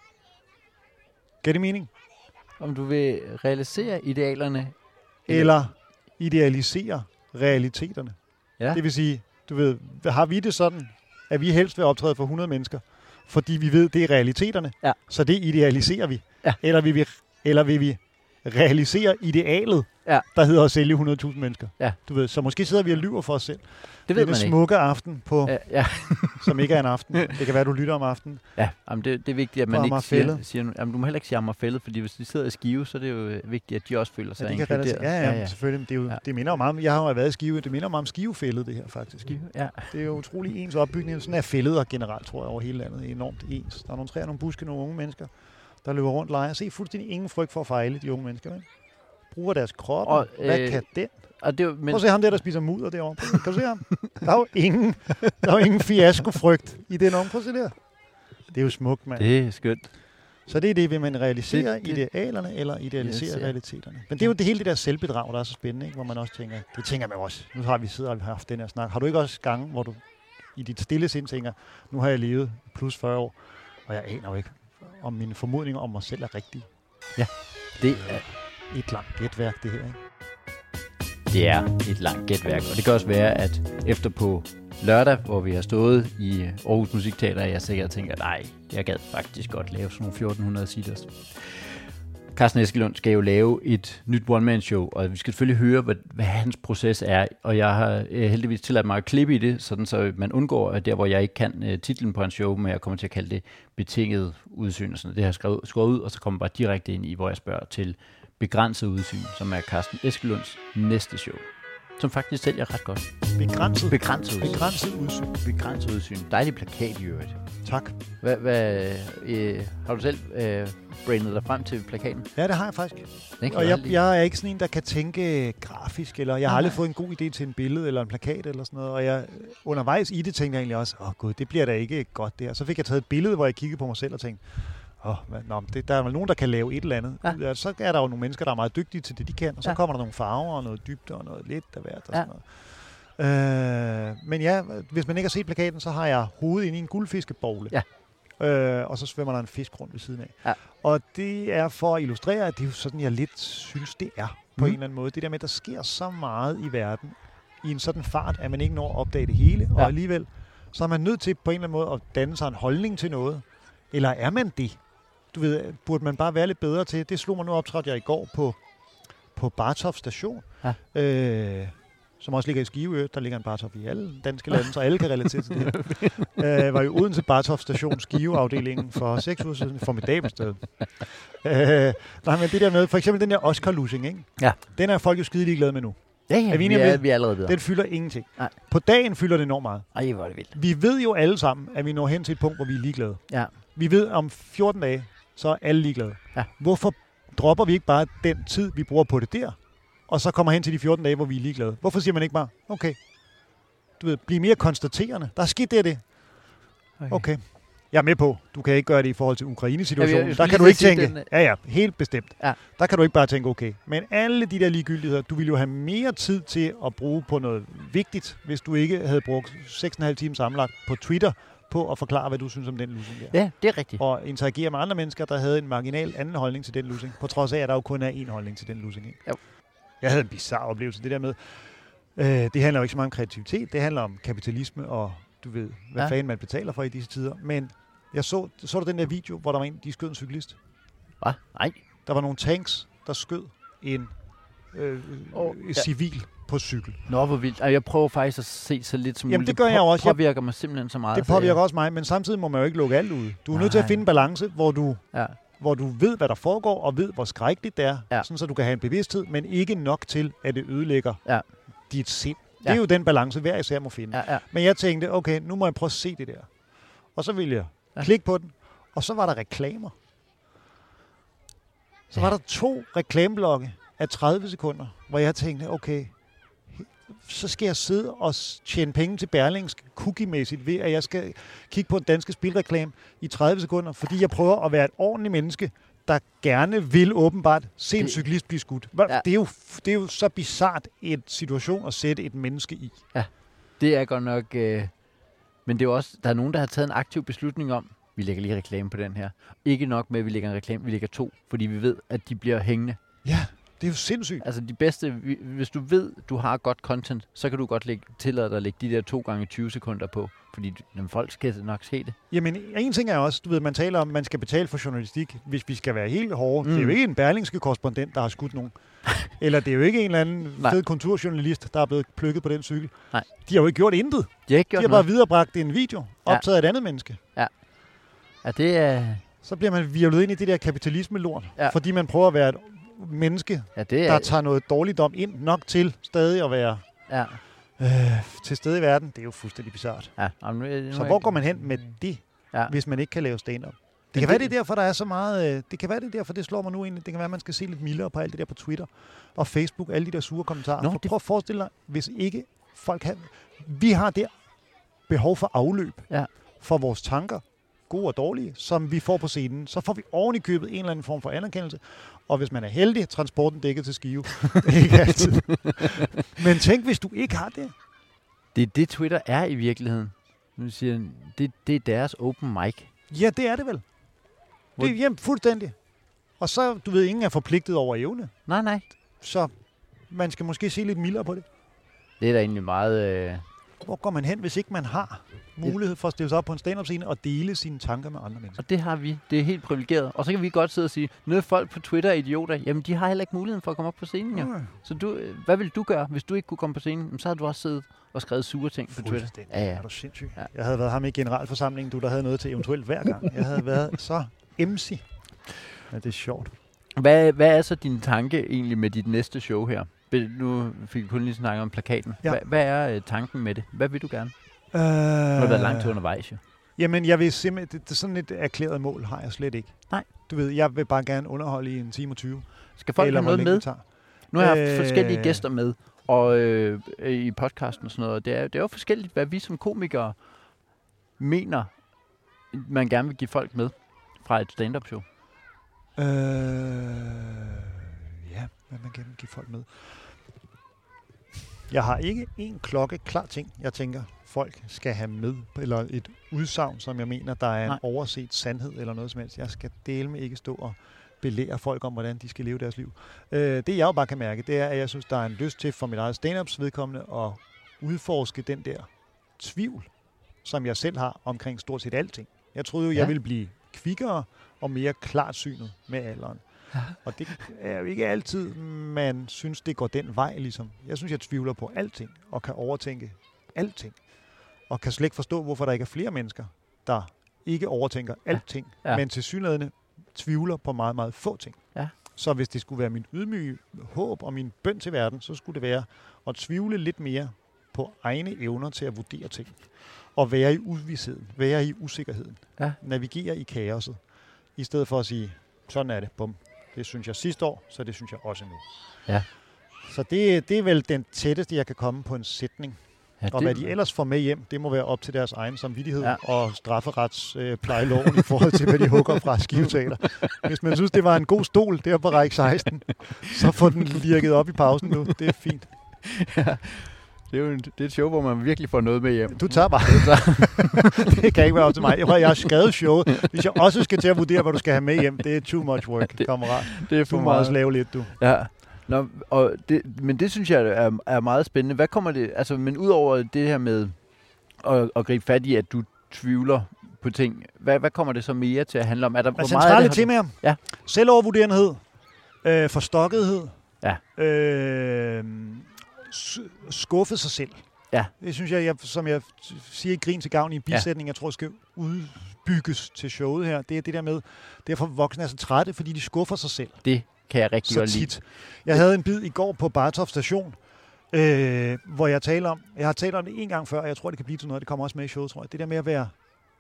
Giver det mening? Om du vil realisere idealerne? Eller, eller idealisere realiteterne. Ja. Det vil sige, du ved, har vi det sådan, at vi helst vil optræde for hundrede mennesker, fordi vi ved, det er realiteterne, ja. Så det idealiserer vi. Ja. Eller, vil vi eller vil vi realisere idealet, ja. Der hedder at sælge hundrede tusind mennesker. Ja. Du ved, så måske sidder vi og lyver for os selv. Det ved det er man en smukke aften, på, ja, ja. som ikke er en aften. Det kan være, du lytter om aftenen. Ja, jamen det, det er vigtigt, at man ikke siger, siger jamen, du må heller ikke sige Amagerfælled, fordi hvis de sidder i Skive, så er det jo vigtigt, at de også føler sig ja, inkluderet. Ja, ja, ja, selvfølgelig. Det, er jo, ja. det minder jo meget om, jeg har jo været i Skive, det minder jo meget om Skivefældet, det her faktisk. Skive, ja. Det er jo utrolig ens opbygning. Sådan er fælleder generelt, tror jeg, over hele landet. Enormt ens. Der er nogle træer, nogle buske, nogle unge mennesker, der løber rundt og leger. Se fuldstændig ingen frygt for at fejle, de unge mennesker. Ikke? Bruger deres krop. Og, Hvad øh, kan den? Og det, men... Prøv at se ham der, der spiser mudder derovre. Kan du se ham? Der er jo ingen, der er jo ingen fiasko-frygt i den om. Prøv at se der. Det er jo smukt, mand. Det er skønt. Så det er det, vil man realisere det, det, idealerne eller idealisere ja, realiteterne. Men det er jo det hele det der selvbedrag, der er så spændende, ikke? Hvor man også tænker, det tænker man også. Nu har vi siddet og haft den her snak. Har du ikke også gange, hvor du i dit stille sind tænker, nu har jeg levet plus fyrre år, og jeg aner jo ikke, om mine formodninger om mig selv er rigtige. Ja, det er et langt gætværk, det her, ikke? Det er et langt gætværk, og det kan også være, at efter på lørdag, hvor vi har stået i Aarhus Musikteater, jeg sikkert tænker, nej, jeg gad faktisk godt lave sådan nogle fjorten hundrede seaters. Carsten Eskelund skal jo lave et nyt one-man-show, og vi skal selvfølgelig høre, hvad, hvad hans proces er, og jeg har heldigvis tilladt mig at klippe i det, sådan så man undgår, at der, hvor jeg ikke kan uh, titlen på hans show, men jeg kommer til at kalde det betinget udsyn, og sådan noget. Det har jeg skrevet, skrevet ud, og så kommer jeg bare direkte ind i, hvor jeg spørger til begrænset udsyn, som er Carsten Eskelunds næste show, som faktisk sælger ret godt. Begrænset? Begrænset udsyn. Begrænset udsyn. Begrænset udsyn. Dejlig plakat i øvrigt. Tak. Hvad, hvad, øh, har du selv øh, brainet dig frem til plakaten? Ja, det har jeg faktisk. Og jeg, jeg er ikke sådan en, der kan tænke grafisk, eller jeg har aldrig fået en god idé til en billede eller en plakat eller sådan noget, og jeg undervejs i det tænkte jeg egentlig også, åh oh, gud, det bliver da ikke godt der. Så fik jeg taget et billede, hvor jeg kiggede på mig selv og tænkte, oh, hvad, nå, det, der er vel nogen, der kan lave et eller andet. Ja. Ja, så er der jo nogle mennesker, der er meget dygtige til det, de kan, og så Ja. kommer der nogle farver og noget dybde og noget lidt af hvert og Ja. sådan noget. Øh, men ja, hvis man ikke har set plakaten, så har jeg hovedet inde i en guldfiskebogle. Ja. Øh, og så svømmer der en fisk rundt ved siden af. Ja. Og det er for at illustrere, at det er jo sådan, jeg lidt synes, det er på Mm. en eller anden måde. Det der med, at der sker så meget i verden i en sådan fart, at man ikke når at opdage det hele, Ja. og alligevel så er man nødt til på en eller anden måde at danne sig en holdning til noget. Eller er man det? Du ved, burde man bare være lidt bedre til? Det slog mig nu optrådte jeg i går på, på Bartof station, Ja. øh, som også ligger i Skive. Der ligger en Bartof i alle danske lande, så alle kan relatere til det her. øh, var jo uden til Bartof station Skive-afdelingen for seks uger siden. Formidabelt sted. øh, nej, men det der med, for eksempel den der Oscar-lussing, ikke? Ja. Den er folk jo skide ligeglade med nu. Ja, ja, Er vi vi, enige om er, det? vi er allerede videre. Den fylder ingenting. Nej. På dagen fylder det enormt meget. Ej, hvor er det vildt. Vi ved jo alle sammen, at vi når hen til et punkt, hvor vi er ligeglade. Ja. Vi ved, om fjorten dage, så er alle ligeglade. Ja. Hvorfor dropper vi ikke bare den tid, vi bruger på det der, og så kommer hen til de fjorten dage, hvor vi er ligeglade? Hvorfor siger man ikke bare, okay, du ved, bliv mere konstaterende. Der er sket det og det. Okay. Okay. Jeg er med på, du kan ikke gøre det i forhold til Ukraine-situationen. Ja, jeg der skulle kan du lige ikke sige tænke, den- ja ja, helt bestemt. Ja. Der kan du ikke bare tænke, okay. Men alle de der ligegyldigheder, du ville jo have mere tid til at bruge på noget vigtigt, hvis du ikke havde brugt seks og en halv time sammenlagt på Twitter, på at forklare, hvad du synes om den lussing der. Ja, det er rigtigt. Og interagere med andre mennesker, der havde en marginal anden holdning til den lussing, på trods af, at der jo kun er én holdning til den lussing. Ikke? Jo. Jeg havde en bizarre oplevelse, det der med, øh, det handler jo ikke så meget om kreativitet, det handler om kapitalisme, og du ved, hvad Ja. ja. fanden man betaler for i disse tider. Men jeg så, så du den der video, hvor der var en, de skød en cyklist. Hva? Nej. Der var nogle tanks, der skød en øh, Åh, oh, ja. civil på cykel. Nå, hvor vildt. Og jeg prøver faktisk at se så lidt som Jamen, muligt. det gør jeg jo også. Jeg- påvirker mig simpelthen så meget. Det så påvirker jeg, også mig, men samtidig må man jo ikke lukke alt ud. Du er nødt til at Nej. finde en balance, hvor du Ja. hvor du ved, hvad der foregår, og ved, hvor skrækkeligt det er, Ja. sådan så du kan have en bevidsthed, men ikke nok til, at det ødelægger Ja. dit sind. Det Ja. er jo den balance, hver især må finde. Ja, ja. Men jeg tænkte, okay, nu må jeg prøve at se det der. Og så ville jeg Ja. ja. klikke på den, og så var der reklamer. Så Ja. var der to reklameblokke af tredive sekunder, hvor jeg tænkte, okay, så skal jeg sidde og s- tjene penge til Berlingske cookie-mæssigt ved, at jeg skal kigge på en dansk spilreklame i tredive sekunder, fordi jeg prøver at være et ordentligt menneske, der gerne vil åbenbart se en Det- cyklist blive skudt. Hva- Ja. Det, er jo, f- det er jo så bizart en situation at sætte et menneske i. Det er godt nok... Øh, men det er jo også... Der er nogen, der har taget en aktiv beslutning om, vi lægger lige reklame på den her. Ikke nok med, at vi lægger en reklame, vi lægger to, fordi vi ved, at de bliver hængende. Ja, det er jo sindssygt. Altså de bedste, vi- hvis du ved, du har godt content, så kan du godt lægge, tillade dig at lægge de der to gange tyve sekunder på, fordi du- jamen, folk skal nok se det. Jamen, en ting er også, du ved, man taler om, at man skal betale for journalistik, hvis vi skal være helt hårde. Mm. Det er jo Mm. ikke en berlingske korrespondent, der har skudt nogen. Eller det er jo ikke en eller anden Nej. fed konturjournalist, der er blevet plukket på den cykel. Nej. De har jo ikke gjort intet. De har ikke De gjort har bare noget. viderebragt en video, Ja. optaget af et andet menneske. Ja, det er... Så bliver man virvlet ind i det der kapitalisme-lort, Ja. fordi man prøver at være et menneske, Ja, det der er... tager noget dårligdom ind nok til stadig at være Ja, øh, til stede i verden. Det er jo fuldstændig bizart. ja. Jamen, nu, nu Så er hvor jeg- går man hen med det, Ja. hvis man ikke kan lave stand-up? Det Men kan være, det- det er derfor, der er så meget... Øh, det kan være, det er derfor, det slår mig nu ind. Det kan være, man skal se lidt mildere på alt det der på Twitter og Facebook, alle de der sure kommentarer. Nå, For det- prøv at forestille dig, hvis ikke folk har... Vi har der behov for afløb Ja. for vores tanker, gode og dårlige, som vi får på scenen. Så får vi oven i købet en eller anden form for anerkendelse. Og hvis man er heldig, transporten dækket til Skive. Ikke altid. Men tænk, hvis du ikke har det. Det er det, Twitter er i virkeligheden. Nu siger jeg, det, det er deres open mic. Ja, det er det vel. Hvor- Det er hjem fuldstændig. Og så, du ved, ingen er forpligtet over evne. Nej, nej. Så man skal måske se lidt mildere på det. Det er da egentlig meget... Øh... Hvor går man hen, hvis ikke man har mulighed for at stille sig op på en stand-up-scene og dele sine tanker med andre mennesker? Og det har vi. Det er helt privilegeret. Og så kan vi godt sidde og sige, noget folk på Twitter er idioter. Jamen, de har heller ikke muligheden for at komme op på scenen, jo. Mm. Så du, øh, hvad vil du gøre, hvis du ikke kunne komme på scenen? Jamen, så havde du også siddet og skrevet sure ting på Twitter. Fuldstændig. Ja, ja. Er du sindssyg? Ja. Jeg havde været ham i generalforsamlingen, du der havde noget til eventuelt hver gang. Jeg havde været så emsig. Ja, det er sjovt. Hvad, hvad er så din tanke egentlig med dit næste show her? Vil- Nu fik vi kun lige snakket om plakaten. Ja. Hvad, hvad er øh, tanken med det? Hvad vil du gerne? Øh, Du har været langt til undervejs, jo. Jamen, jeg vil simpelthen... Det, det, sådan et erklæret mål har jeg slet ikke. Nej. Du ved, jeg vil bare gerne underholde i en time og tyve. Skal folk eller have hvor noget længe med? det tager. Nu har jeg haft Øh. forskellige gæster med og øh, øh, i podcasten og sådan noget. Det er, det er jo forskelligt, hvad vi som komikere mener, man gerne vil give folk med. fra et stand-up show? Øh, ja, hvad man kan give folk med. Jeg har ikke en klokke klar ting, jeg tænker, folk skal have med, eller et udsagn, som jeg mener, der er Nej. en overset sandhed eller noget som helst. Jeg skal dele med ikke stå og belære folk om, hvordan de skal leve deres liv. Øh, det jeg jo bare kan mærke, det er, at jeg synes, der er en lyst til for mit eget stand-ups vedkommende at udforske den der tvivl, som jeg selv har omkring stort set alting. Jeg troede jo, ja. jeg ville blive kvikkere og mere klarsynet med alderen. Ja. Og det er jo ikke altid, man synes, det går den vej, ligesom. Jeg synes, jeg tvivler på alting, og kan overtænke alting. Og kan slet ikke forstå, hvorfor der ikke er flere mennesker, der ikke overtænker alting, ja. Ja. Men tilsyneladende tvivler på meget, meget få ting. Ja. Så hvis det skulle være min ydmyge håb og min bøn til verden, så skulle det være at tvivle lidt mere på egne evner til at vurdere ting. Og være i uvisheden, være i usikkerheden. Ja. Navigere i kaoset. I stedet for at sige, sådan er det, bum. Det synes jeg sidste år, så det synes jeg også nu. Ja. Så det, det er vel den tætteste, jeg kan komme på en sætning. Ja, og hvad de ellers får med hjem, det må være op til deres egen samvittighed ja. og strafferetsplejeloven øh, i forhold til, hvad de hugger fra skiveteater. Hvis man synes, det var en god stol der på række seksten, så får den lirket op i pausen nu. Det er fint. Ja. Det er jo en, det er et show, hvor man virkelig får noget med hjem. Du tager bare. Det kan ikke være op til mig. Jeg har skrevet showet. Hvis jeg også skal til at vurdere, hvad du skal have med hjem, det er too much work, det, kammerat. Det er for du meget. meget slave lidt, du. Ja. Nå, og det, men det synes jeg er, er meget spændende. Hvad kommer det, altså, men udover det her med at, at gribe fat i, at du tvivler på ting, hvad, hvad kommer det så mere til at handle om? Er der, altså, centrale temaer. Ja. Selvovervurderenhed, øh, forstokkethed, ja. øh, skuffe sig selv. Ja. Det synes jeg, jeg, som jeg siger i grin til gavn i en bisætning, ja. jeg tror, skal udbygges til showet her. Det er det der med, derfor voksne er så trætte, fordi de skuffer sig selv. Det kan jeg rigtig godt lide. Jeg havde en bid i går på Bartof Station, øh, hvor jeg taler om, jeg har talt om det en gang før, og jeg tror, det kan blive til noget, det kommer også med i showet, tror jeg. Det der med at være,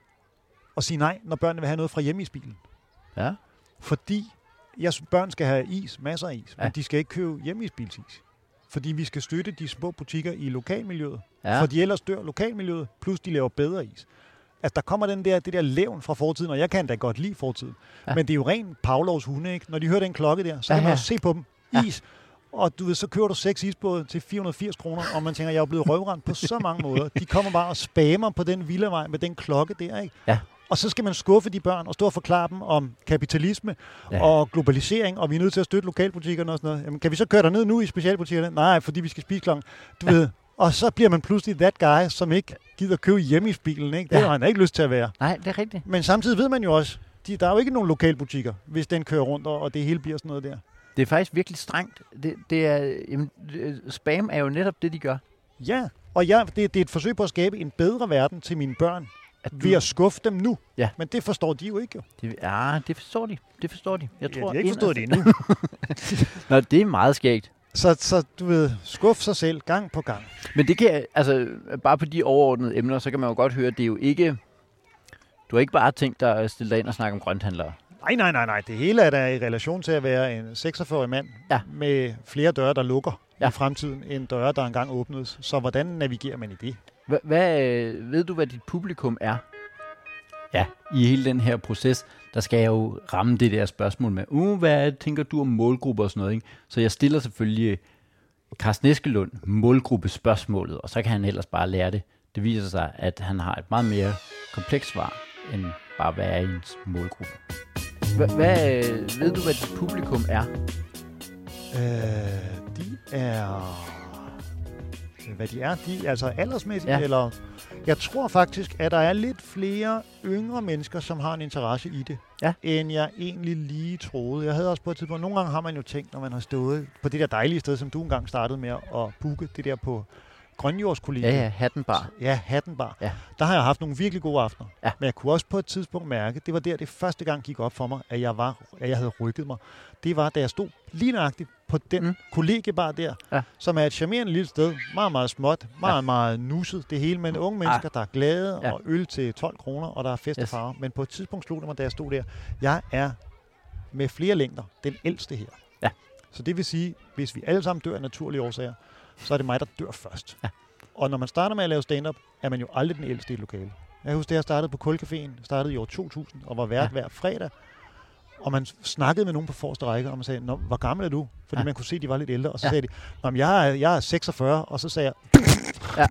at sige nej, når børnene vil have noget fra hjemmesbilen. Ja. Fordi jeg, børn skal have is, masser af is, ja. men de skal ikke købe hjemmesbilsis. Fordi vi skal støtte de små butikker i lokalmiljøet. Ja. For de ellers dør lokalmiljøet, plus de laver bedre is. Altså, der kommer den der, det der levn fra fortiden, og jeg kan da godt lide fortiden. Ja. Men det er jo ren Pavlovs hunde, ikke? Når de hører den klokke der, så ja, kan man ja. også se på dem. Is. Ja. Og du ved, så kører du seks isbåde til fire hundrede og firs kroner, og man tænker, jeg er blevet røvrendt på så mange måder. De kommer bare og spammer på den villavej med den klokke der, ikke? Ja. Og så skal man skuffe de børn og stå og forklare dem om kapitalisme ja. og globalisering, og vi er nødt til at støtte lokalbutikkerne og sådan noget. Jamen, kan vi så køre derned nu i specialbutikkerne? Nej, fordi vi skal spise klokken. Du ja. ved, og så bliver man pludselig that guy, som ikke gider købe hjemme i bilen, ikke? Det ja. har han ikke lyst til at være. Nej, det er rigtigt. Men samtidig ved man jo også, de, der er jo ikke nogen lokalbutikker, hvis den kører rundt, og det hele bliver sådan noget der. Det er faktisk virkelig strengt. Det, det er, jamen, spam er jo netop det, de gør. Ja, og ja, det, det er et forsøg på at skabe en bedre verden til mine børn, at du... ved at skuffe dem nu. Ja. Men det forstår de jo ikke, jo. Det, ja, det forstår de. Det forstår de. Jeg ja, tror, de har ikke forstået det endnu. Nå, det er meget skægt. Så, så du ved, skuffe sig selv gang på gang. Men det kan, altså, bare på de overordnede emner, så kan man jo godt høre, at det er jo ikke, du har ikke bare tænkt dig at stille dig ind og snakke om grønthandlere. Nej, nej, nej, nej. Det hele er der i relation til at være en seksogfyrre-årig mand ja. med flere døre, der lukker ja. i fremtiden, end døre, der engang åbnedes. Så hvordan navigerer man i det? H- hvad, ved du, hvad dit publikum er? Ja, i hele den her proces, der skal jeg jo ramme det der spørgsmål med, uh, hvad tænker du om målgrupper og sådan noget, ikke? Så jeg stiller selvfølgelig Carsten Eskelund målgruppespørgsmålet, og så kan han ellers bare lære det. Det viser sig, at han har et meget mere komplekst svar, end bare hvad er ens målgruppe. H- hvad ved du, hvad dit publikum er? Øh, de er... Hvad de er? De altså aldersmæssigt, ja. eller... Jeg tror faktisk, at der er lidt flere yngre mennesker, som har en interesse i det, ja. end jeg egentlig lige troede. Jeg havde også på et tidspunkt, nogle gange har man jo tænkt, når man har stået på det der dejlige sted, som du engang startede med at booke, det der på Grønjordskollegiet. Ja, ja, Hattenbar. Ja, Hattenbar. Ja. Der har jeg haft nogle virkelig gode aftener. Ja. Men jeg kunne også på et tidspunkt mærke, det var der, det første gang gik op for mig, at jeg, var, at jeg havde rykket mig. Det var, da jeg stod lige nøjagtigt på den mm. kollegiebar der, ja. som er et charmerende lille sted. Meget, meget småt. Meget, ja. meget nusset. Det hele med unge mennesker, ah. der er glade, ja. og øl til tolv kroner, og der er fest og farver. Yes. Men på et tidspunkt slog det mig, da jeg stod der, jeg er med flere længder den ældste her. Ja. Så det vil sige, hvis vi alle sammen dør af naturlige årsager, så er det mig, der dør først. Ja. Og når man starter med at lave stand-up, er man jo aldrig den ældste i et lokale. Jeg husker, at jeg startede på Kulcaféen, startede i år to tusind, og var vært ja. hver fredag. Og man snakkede med nogen på forreste række, og man sagde, Nå, hvor gammel er du? Fordi ja. man kunne se, at de var lidt ældre. Og så ja. sagde de, Nå, men jeg er, jeg er seksogfyrre, og så sagde jeg, ja.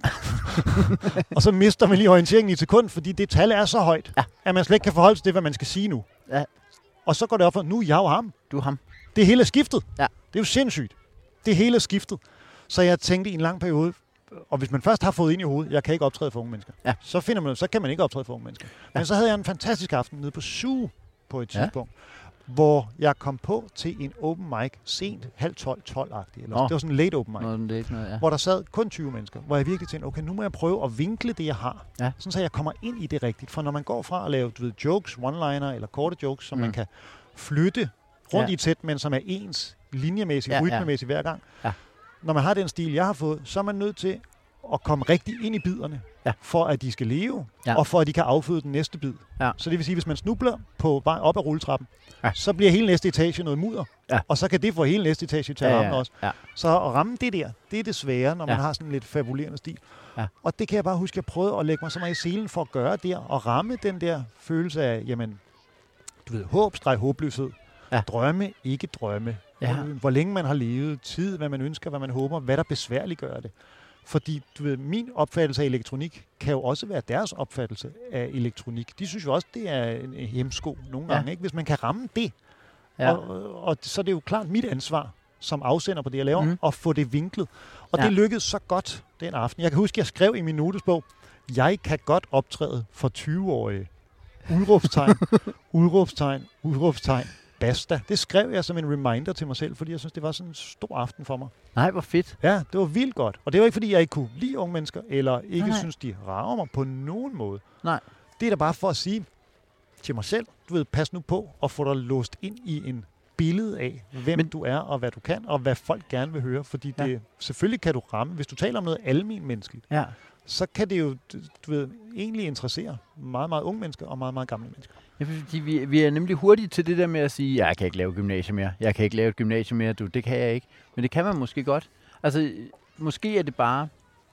og så mister man lige orienteringen i et sekund, fordi det tal er så højt, ja. at man slet ikke kan forholde sig til, hvad man skal sige nu. Ja. Og så går det op for, nu er jeg jo ham. Du er ham. Det hele er skiftet. Ja. Det er jo sindssygt. Det hele er skiftet. Så jeg tænkte i en lang periode, og hvis man først har fået ind i hovedet, jeg kan ikke optræde for unge mennesker, ja. så, finder man, så kan man ikke optræde for unge mennesker. Ja. Men så havde jeg en fantastisk aften nede på Zoo på et tidspunkt, ja. hvor jeg kom på til en open mic sent, halv tolv, tolv-agtig. Eller oh. Det var sådan en late open mic, noget, det noget, ja. hvor der sad kun tyve mennesker, hvor jeg virkelig tænkte, okay, nu må jeg prøve at vinkle det, jeg har, ja. sådan så jeg kommer ind i det rigtigt. For når man går fra at lave du ved, jokes, one-liner eller korte jokes, som mm. man kan flytte rundt ja. i et sæt, men som er ens linjemæssigt, ja, rytmemæssigt ja. hver gang. Ja. Når man har den stil, jeg har fået, så er man nødt til at komme rigtig ind i biderne, ja. for at de skal leve, ja. og for at de kan afføde den næste bid. Ja. Så det vil sige, hvis man snubler på vej op ad rulletrappen, ja. så bliver hele næste etage noget mudder, ja. og så kan det få hele næste etage til at ramme ja, ja. også. Ja. Så at ramme det der, det er det svære, når ja. man har sådan en lidt fabulerende stil. Ja. Og det kan jeg bare huske, at jeg prøvede at lægge mig så meget i selen for at gøre der, og ramme den der følelse af, jamen, du ved, håb, streg, håbløshed. Ja. Drømme, ikke drømme. Ja. Hvor længe man har levet, tid, hvad man ønsker, hvad man håber, hvad der besværliggør det. Fordi du ved, min opfattelse af elektronik kan jo også være deres opfattelse af elektronik. De synes jo også, det er en hemsko nogle gange, ja. ikke? Hvis man kan ramme det. Ja. Og, og så er det jo klart mit ansvar som afsender på det, jeg laver, mm. at få det vinklet. Og ja. det lykkedes så godt den aften. Jeg kan huske, jeg skrev i min notesbog, jeg kan godt optræde for tyve-årige. Udråbstegn, udråbstegn, udråbstegn. Basta. Det skrev jeg som en reminder til mig selv, fordi jeg synes, det var sådan en stor aften for mig. Nej, hvor fedt. Ja, det var vildt godt. Og det var ikke, fordi jeg ikke kunne lide unge mennesker, eller ikke nej. synes, de rager mig på nogen måde. Nej. Det er da bare for at sige til mig selv, du ved, pas nu på og få dig låst ind i en billede af, hvem Men, du er, og hvad du kan, og hvad folk gerne vil høre. Fordi det, ja. selvfølgelig kan du ramme. Hvis du taler om noget almen menneskeligt, ja. så kan det jo, du ved, egentlig interessere meget, meget unge mennesker og meget, meget gamle mennesker. Ja, fordi vi, vi er nemlig hurtige til det der med at sige, jeg kan ikke lave gymnasium mere, jeg kan ikke lave et gymnasium mere, du, det kan jeg ikke. Men det kan man måske godt. Altså, måske er det bare,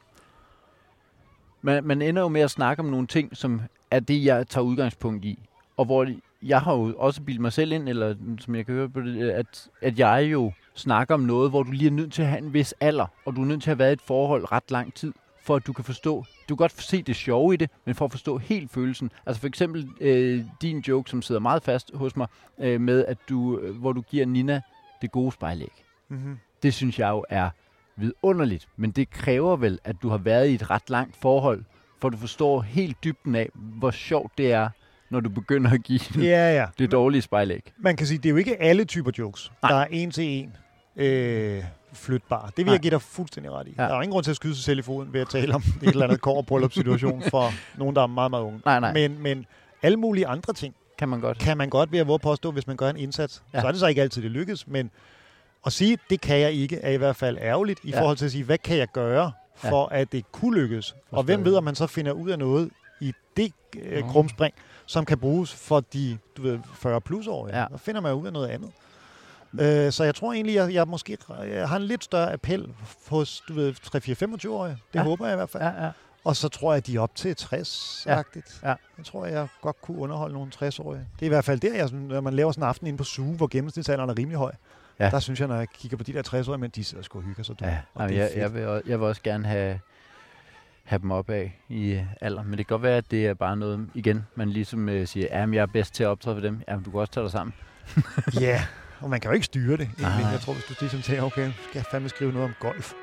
man, man ender jo med at snakke om nogle ting, som er det, jeg tager udgangspunkt i. Og hvor jeg har jo også bildet mig selv ind, eller som jeg kan høre på det, at, at jeg jo snakker om noget, hvor du lige er nødt til at have en vis alder, og du er nødt til at have været i et forhold ret lang tid, for at du kan forstå, du kan godt se det sjove i det, men for at forstå helt følelsen. Altså for eksempel øh, din joke, som sidder meget fast hos mig, øh, med at du, øh, hvor du giver Nina det gode spejlæg. Mm-hmm. Det synes jeg jo er vidunderligt, men det kræver vel, at du har været i et ret langt forhold, for at du forstår helt dybden af, hvor sjovt det er, når du begynder at give ja, ja. det dårlige spejlæg. Man kan sige, det er jo ikke alle typer jokes, Nej. der er en til en. Øh, flytbar. Det vil Nej. jeg give dig fuldstændig ret i. Ja. Der er ingen grund til at skyde sig selv i foden ved at tale om et eller andet kobberbryllup-situation for nogen, der er meget, meget unge. Nej, nej. Men, men alle mulige andre ting kan man godt, kan man godt ved at våge påstå, hvis man gør en indsats. Ja. Så er det så ikke altid, det lykkes, men at sige, det kan jeg ikke, er i hvert fald ærgerligt i ja. forhold til at sige, hvad kan jeg gøre for, ja. at det kunne lykkes? Forstår og hvem ved, om man så finder ud af noget i det øh, krumspring, som kan bruges for de du ved, fyrre plus år. Ja. Der finder man ud af noget andet. Øh, så jeg tror egentlig, jeg, jeg måske jeg har en lidt større appel hos du ved, tre fire femogtyve-årige. Det ja. håber jeg i hvert fald. Ja, ja. Og så tror jeg, at de er op til tres-agtigt. Ja. Ja. Jeg tror, jeg godt kunne underholde nogle tres-årige. Det er i hvert fald der, jeg, når man laver sådan en aften inde på Zoo, hvor gennemsnitsalderen er rimelig høj. Ja. Der synes jeg, når jeg kigger på de der tres-årige, men de sidder sgu og hygger sig. Ja. Jamen, jeg, jeg, vil også, jeg vil også gerne have, have dem op af i alder. Men det kan godt være, at det er bare noget, igen, man ligesom uh, siger, at jeg er bedst til at optræde for dem. Jamen, du kan også tage dig sammen. Ja. Yeah. Og man kan jo ikke styre det. Jeg tror, hvis du ligesom tænker, okay, skal jeg fandme skrive noget om golf.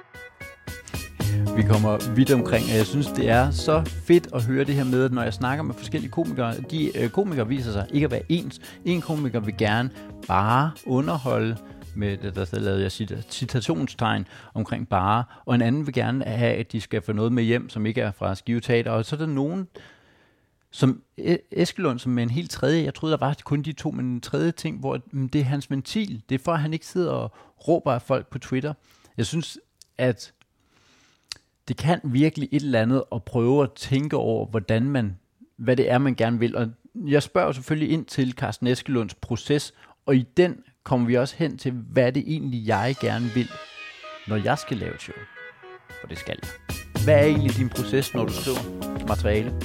Vi kommer vidt omkring, og jeg synes, det er så fedt at høre det her med, at når jeg snakker med forskellige komikere, de øh, komikere viser sig ikke at være ens. En komiker vil gerne bare underholde med det, der lavede jeg citationstegn omkring bare, og en anden vil gerne have, at de skal få noget med hjem, som ikke er fra Skive Teater, og så er der nogen, som Eskelund, som er en helt tredje, jeg troede, der var kun de to, men en tredje ting, hvor det er hans ventil. Det er for, at han ikke sidder og råber af folk på Twitter. Jeg synes, at det kan virkelig et eller andet at prøve at tænke over, hvordan man, hvad det er, man gerne vil. Og jeg spørger selvfølgelig ind til Carsten Eskelunds proces, og i den kommer vi også hen til, hvad det egentlig, jeg gerne vil, når jeg skal lave et show. For det skal jeg. Hvad er egentlig din proces, når du skriver materiale?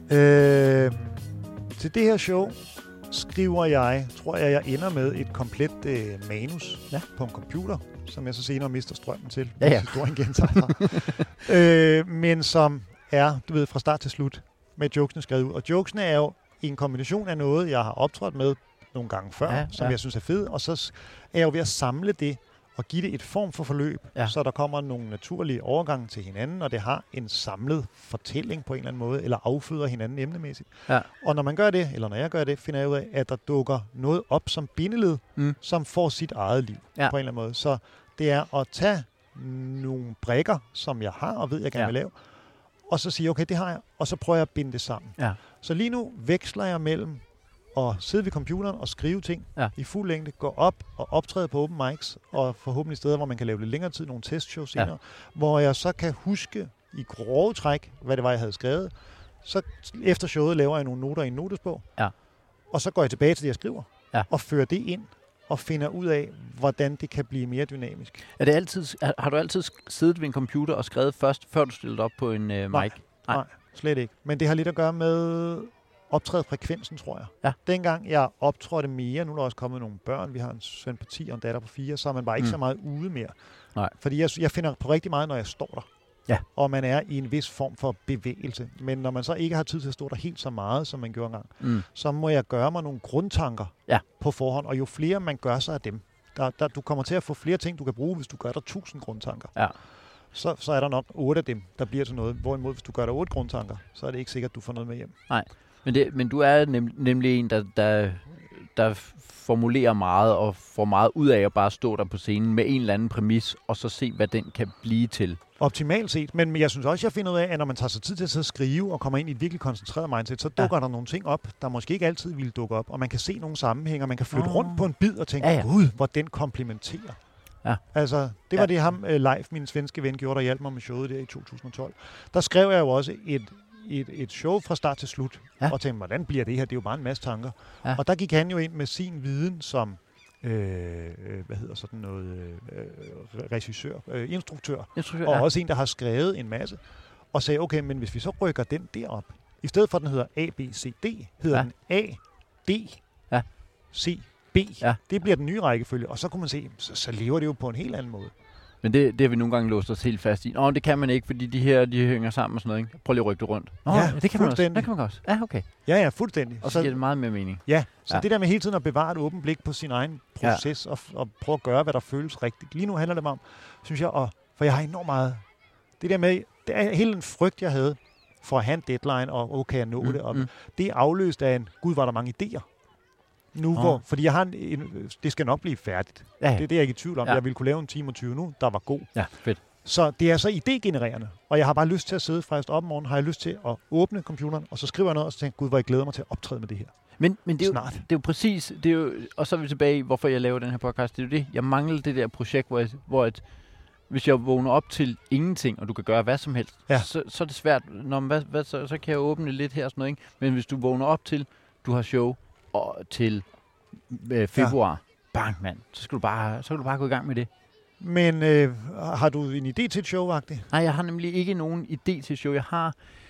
Øh, til det her show skriver jeg, tror jeg, jeg ender med et komplet øh, manus ja. på en computer, som jeg så senere mister strømmen til, ja, ja. hvis historien gentager sig. øh, men som er, du ved, fra start til slut, med jokesene skrevet ud. Og jokesene er jo en kombination af noget, jeg har optrådt med nogle gange før, ja, som ja. jeg synes er fed, og så er jeg jo ved at samle det og give det et form for forløb, ja. så der kommer nogle naturlige overgange til hinanden, og det har en samlet fortælling på en eller anden måde, eller afføder hinanden emnemæssigt. Ja. Og når man gør det, eller når jeg gør det, finder jeg ud af, at der dukker noget op som bindeled, mm. som får sit eget liv ja. på en eller anden måde. Så det er at tage nogle brikker, som jeg har, og ved, jeg gerne ja. vil lave, og så sige, okay, det har jeg, og så prøver jeg at binde det sammen. Ja. Så lige nu veksler jeg mellem at sidde ved computeren og skrive ting ja. i fuld længde, gå op og optræde på open mics, og forhåbentlig steder, hvor man kan lave lidt længere tid, nogle testshows senere, ja. hvor jeg så kan huske i grove træk, hvad det var, jeg havde skrevet. Så efter showet laver jeg nogle noter i en notesbog, ja. og så går jeg tilbage til det, jeg skriver, ja. og fører det ind, og finder ud af, hvordan det kan blive mere dynamisk. Er det altid, har du altid siddet ved en computer og skrevet først, før du stillede op på en uh, mic? Nej, nej, nej, slet ikke. Men det har lidt at gøre med optrædefrekvensen, tror jeg. Ja. Dengang jeg optrådte mere, nu er der også kommet nogle børn, vi har en søn på ti og en datter på fire, så er man bare ikke mm. så meget ude mere. Nej. Fordi jeg, jeg finder på rigtig meget, når jeg står der. Ja. Og man er i en vis form for bevægelse. Men når man så ikke har tid til at stå der helt så meget, som man gjorde engang, mm. så må jeg gøre mig nogle grundtanker ja. på forhånd. Og jo flere man gør sig af dem, der, der, du kommer til at få flere ting, du kan bruge, hvis du gør der tusind grundtanker. Ja. Så, så er der nok otte af dem, der bliver til noget. Hvorimod, hvis du gør der otte grundtanker, så er det ikke sikkert, at du får noget med hjem. Nej. Men, det, men du er nem, nemlig en, der, der, der formulerer meget og får meget ud af at bare stå der på scenen med en eller anden præmis, og så se, hvad den kan blive til. Optimalt set, men jeg synes også, jeg finder ud af, at når man tager sig tid til at sidde og skrive og kommer ind i et virkelig koncentreret mindset, så dukker ja. der nogle ting op, der måske ikke altid ville dukke op, og man kan se nogle sammenhænge, man kan flytte oh. rundt på en bid og tænke, ja, ja. gud, hvor den komplementerer. Ja. Altså, det var ja. det ham, uh, Leif, min svenske ven, gjorde, der hjalp mig med showet der i to tusind og tolv. Der skrev jeg jo også et Et, et show fra start til slut, ja. og tænkte, hvordan bliver det her? Det er jo bare en masse tanker. Ja. Og der gik han jo ind med sin viden som, øh, hvad hedder sådan noget, øh, regissør, øh, instruktør, instruktør, og ja. også en, der har skrevet en masse, og sagde, okay, men hvis vi så rykker den derop, i stedet for, at den hedder A, B, C, D, hedder ja. den A, D, ja. C, B. Ja. Det bliver den nye rækkefølge, og så kunne man se, så, så lever det jo på en helt anden måde. Men det, det har vi nogle gange låst os helt fast i. Nå, det kan man ikke, fordi de her, de hænger sammen og sådan noget, ikke? Prøv lige at rykke det rundt. Nå, ja, det kan man også. Det kan man også. Ja, okay. Ja, ja, fuldstændig. Og så giver det meget mere mening. Ja, så ja. det der med hele tiden at bevare et åbent blik på sin egen proces, ja. og, og prøve at gøre, hvad der føles rigtigt. Lige nu handler det mig om, synes jeg, og, for jeg har enormt meget, det der med, det er hele den frygt, jeg havde for at have en deadline, og okay, jeg nå mm, det, og mm. det er afløst af en, gud, var der mange idéer. Nu, oh. hvor, fordi jeg har en, en, det skal nok blive færdigt. Ja, ja. Det, det er jeg ikke i tvivl om. Ja. Jeg ville kunne lave en time og tyve nu, der var god. Ja, fedt. Så det er så idégenererende. Og jeg har bare lyst til at sidde frist op om morgenen, har jeg lyst til at åbne computeren, og så skriver jeg noget, og så tænker jeg, gud, hvor jeg glæder mig til at optræde med det her. Men, men det, er jo, det er jo præcis, det er jo, og så er vi tilbage i, hvorfor jeg laver den her podcast. Det er jo det, jeg mangler det der projekt, hvor, jeg, hvor et, hvis jeg vågner op til ingenting, og du kan gøre hvad som helst, ja. så, så er det svært. Nå, hvad, hvad, så, så kan jeg åbne lidt her og sådan noget, ikke? Men hvis du vågner op til, du har show, og til øh, februar, ja. bang mand, så skal du bare, så skal du bare gå i gang med det. Men øh, har du en idé til et show, Agtig? Nej, jeg har nemlig ikke nogen idé til et show. Jeg har...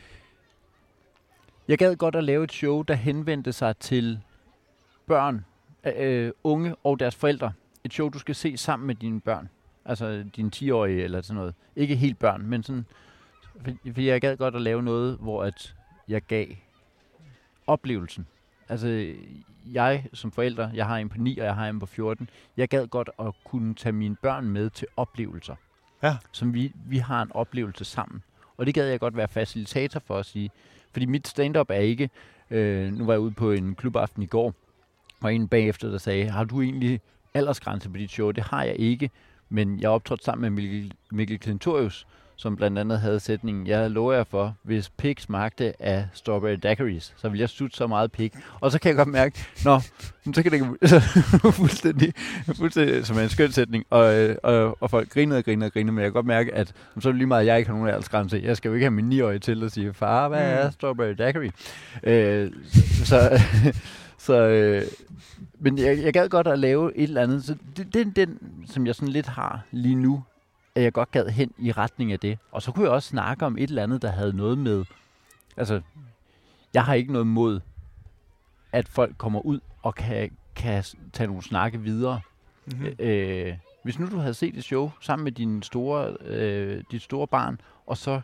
Jeg gad godt at lave et show, der henvendte sig til børn, øh, unge og deres forældre. Et show, du skal se sammen med dine børn. Altså dine ti-årige eller sådan noget. Ikke helt børn, men sådan... Fordi jeg gad godt at lave noget, hvor at jeg gav oplevelsen. Altså, jeg som forælder, jeg har en på ni, og jeg har en på fjorten, jeg gad godt at kunne tage mine børn med til oplevelser, ja. som vi, vi har en oplevelse sammen. Og det gad jeg godt være facilitator for at sige. Fordi mit stand-up er ikke, øh, nu var jeg ude på en klubaften i går, og en bagefter, der sagde, har du egentlig aldersgrænse på dit show? Det har jeg ikke, men jeg optrådte sammen med Mikkel, Mikkel Klintorius, som blandt andet havde sætningen, jeg lover jer for, hvis pik smagte af strawberry daiquiris, så vil jeg sutte så meget pik. Og så kan jeg godt mærke, nå, så kan det fuldstændig, fuldstændig som en skøn sætning, og, og, og folk grinede og grinede og grinede, men jeg kan godt mærke, at så er det lige meget, at jeg ikke har nogen aldersgrænse. Jeg skal jo ikke have min ni-årige til at sige, far, hvad er strawberry daiquiri? Øh, så, så øh, men jeg, jeg gad godt at lave et eller andet, så det, det er den, som jeg sådan lidt har lige nu, at jeg godt gad hen i retning af det. Og så kunne jeg også snakke om et eller andet, der havde noget med... Altså, jeg har ikke noget mod, at folk kommer ud og kan, kan tage nogle snakke videre. Mm-hmm. Øh, hvis nu du havde set et show sammen med din store, øh, dit store barn, og så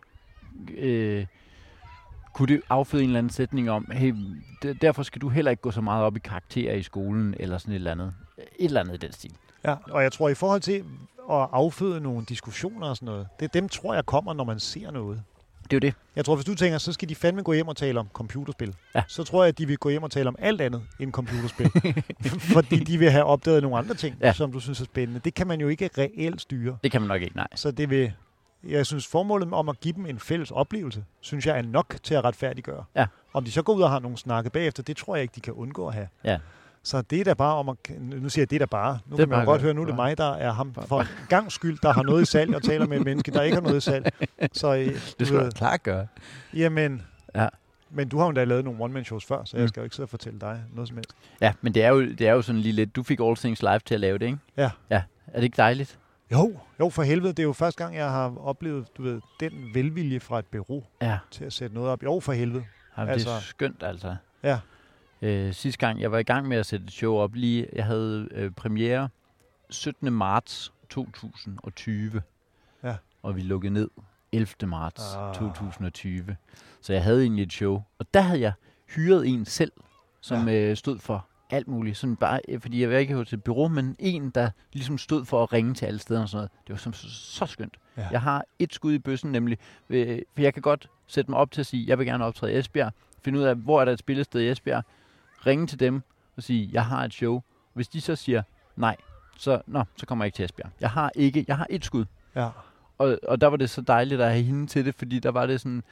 øh, kunne det afføde en eller anden sætning om, hey, d- derfor skal du heller ikke gå så meget op i karakterer i skolen, eller sådan et eller andet. Et eller andet i den stil. Ja, og jeg tror i forhold til at afføde nogle diskussioner og sådan noget, det dem tror jeg kommer, når man ser noget. Det er jo det. Jeg tror, hvis du tænker, så skal de fandme gå hjem og tale om computerspil. Ja. Så tror jeg, at de vil gå hjem og tale om alt andet end computerspil. Fordi de vil have opdaget nogle andre ting, ja. som du synes er spændende. Det kan man jo ikke reelt styre. Det kan man nok ikke, nej. Så det vil, jeg synes, formålet om at give dem en fælles oplevelse, synes jeg er nok til at retfærdiggøre. Ja. Om de så går ud og har nogle snakke bagefter, det tror jeg ikke, de kan undgå at have. Ja. Så det er da bare om at... Nu siger jeg, det er da bare... Nu det kan man jo godt høre, nu er det mig, der er ham for en gang skyld, der har noget i salg og taler med et menneske, der ikke har noget i salg. Så, øh, det skal du klart gøre. Jamen... Ja. Men du har jo da lavet nogle one-man-shows før, så jeg skal jo ikke sidde og fortælle dig noget som helst. Ja, men det er jo, det er jo sådan lige lidt... Du fik All Things Live til at lave det, ikke? Ja. Ja. Er det ikke dejligt? Jo, jo for helvede. Det er jo første gang, jeg har oplevet, du ved, den velvilje fra et bureau ja. til at sætte noget op. Jo, for helvede. Jamen, altså, det er skønt, altså. Ja. Øh, sidste gang, jeg var i gang med at sætte et show op, lige, jeg havde øh, premiere syttende marts to tusind og tyve, ja. og vi lukkede ned ellevte marts ah. to tusind og tyve. Så jeg havde egentlig et show, og der havde jeg hyret en selv, som ja. øh, stod for alt muligt. Sådan bare, fordi jeg var ikke hos et bureau, men en, der ligesom stod for at ringe til alle steder og sådan noget. Det var så, så, så skønt. Ja. Jeg har et skud i bøssen, nemlig, øh, for jeg kan godt sætte mig op til at sige, jeg vil gerne optræde i Esbjerg, finde ud af, hvor er der et spillested i Esbjerg, ringe til dem og sige, jeg har et show. Hvis de så siger nej, så, nå, så kommer jeg ikke til Esbjerg. Jeg har ikke, jeg har et skud. Ja. Og, og der var det så dejligt at have hende til det, fordi der var det sådan,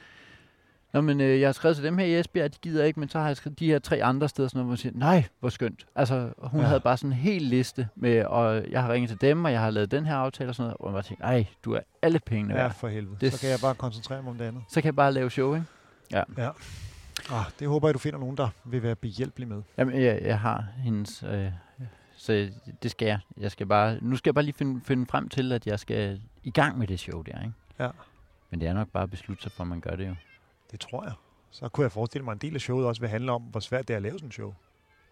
nå, men øh, jeg har skrevet til dem her i Esbjerg, de gider ikke, men så har jeg skrevet de her tre andre steder, sådan noget, hvor man siger, nej, hvor skønt. Altså, hun ja. havde bare sådan en hel liste med, og jeg har ringet til dem, og jeg har lavet den her aftale og sådan noget, og man bare tænkte, nej, du er alle pengene værd. Ja, for helvede. Det, så kan jeg bare koncentrere mig om det andet. Så kan jeg bare lave show, ikke? Ja. Ja. Ah, det håber jeg, du finder nogen, der vil være behjælpelig med. Jamen, jeg, jeg har hendes, øh, så det skal jeg. Jeg skal bare, nu skal jeg bare lige finde, finde frem til, at jeg skal i gang med det show der, ikke? Ja. Men det er nok bare at beslutte sig for, at man gør det jo. Det tror jeg. Så kunne jeg forestille mig, at en del af showet også vil handle om, hvor svært det er at lave sådan en show.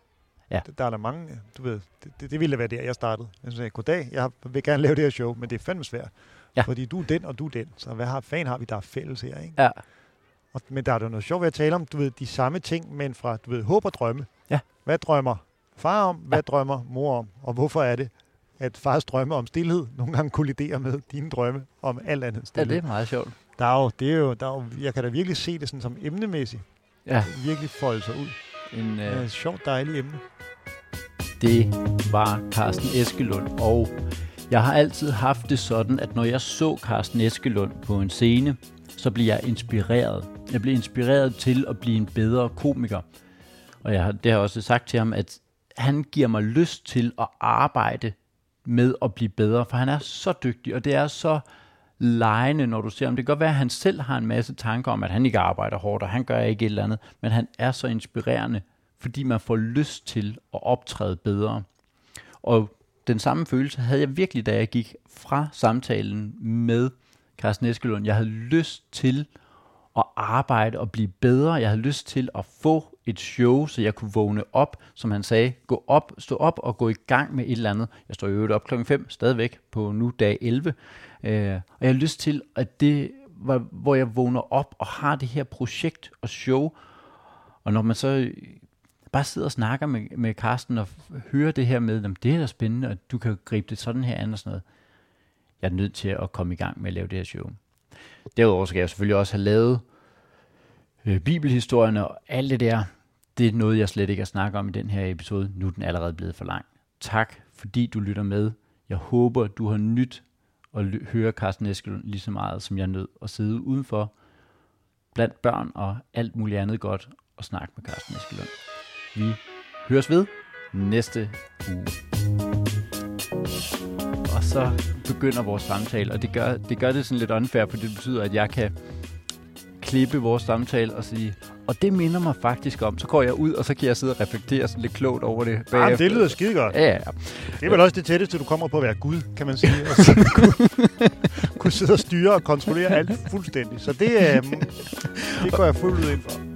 Ja. Der er der mange, du ved, det, det, det ville være der, jeg startede. Jeg sagde, goddag, jeg vil gerne lave det her show, men det er fandme svært. Ja. Fordi du er den, og du er den. Så hvad har, fan har vi, der er fælles her, ikke? Ja. Og, men der er jo noget sjovt ved at tale om, du ved, de samme ting, men fra, du ved, håb og drømme. Ja. Hvad drømmer far om? Hvad ja. drømmer mor om? Og hvorfor er det, at fars drømme om stilhed nogle gange kolliderer med dine drømme om alt andet stilhed? Ja, det er meget sjovt. Der er jo, det er jo, der er jo, jeg kan da virkelig se det sådan som emnemæssigt. Ja. Virkelig folde sig ud. En, øh, ja, et sjovt, dejligt emne. Det var Carsten Eskelund, og jeg har altid haft det sådan, at når jeg så Carsten Eskelund på en scene, så bliver jeg inspireret. Jeg bliver inspireret til at blive en bedre komiker. Og jeg har, det har jeg også sagt til ham, at han giver mig lyst til at arbejde med at blive bedre, for han er så dygtig, og det er så legende, når du ser ham. Det kan godt være, at han selv har en masse tanker om, at han ikke arbejder hårdt, og han gør ikke et eller andet, men han er så inspirerende, fordi man får lyst til at optræde bedre. Og den samme følelse havde jeg virkelig, da jeg gik fra samtalen med Carsten Eskelund. Jeg havde lyst til at arbejde og blive bedre. Jeg havde lyst til at få et show, så jeg kunne vågne op, som han sagde, gå op, stå op og gå i gang med et eller andet. Jeg står jo op klokken fem, stadigvæk på nu dag elleve. Øh, og jeg har lyst til, at det var, hvor jeg vågner op og har det her projekt og show. Og når man så bare sidder og snakker med, med Carsten og hører det her med, det er da spændende, og du kan gribe det sådan her an og sådan noget. Jeg er nødt til at komme i gang med at lave det her show. Derudover skal jeg selvfølgelig også have lavet øh, bibelhistorien og alt det der. Det er noget, jeg slet ikke har snakket om i den her episode. Nu er den allerede blevet for lang. Tak, fordi du lytter med. Jeg håber, du har nyt at ly- høre Carsten Eskelund lige så meget, som jeg nød at sidde udenfor blandt børn og alt muligt andet godt og snakke med Carsten Eskelund. Vi høres ved næste uge. Og så begynder vores samtale, og det gør, det gør det sådan lidt unfair, for det betyder, at jeg kan klippe vores samtale og sige, og det minder mig faktisk om, så går jeg ud, og så kan jeg sidde og reflektere sådan lidt klogt over det bagefter. Ah, det lyder skide godt. Ja, ja. Det er vel også det tætteste, du kommer på at være Gud, kan man sige. Og så kunne, kunne sidde og styre og kontrollere alt fuldstændig. Så det, øh, det går jeg fuldt ud ind for.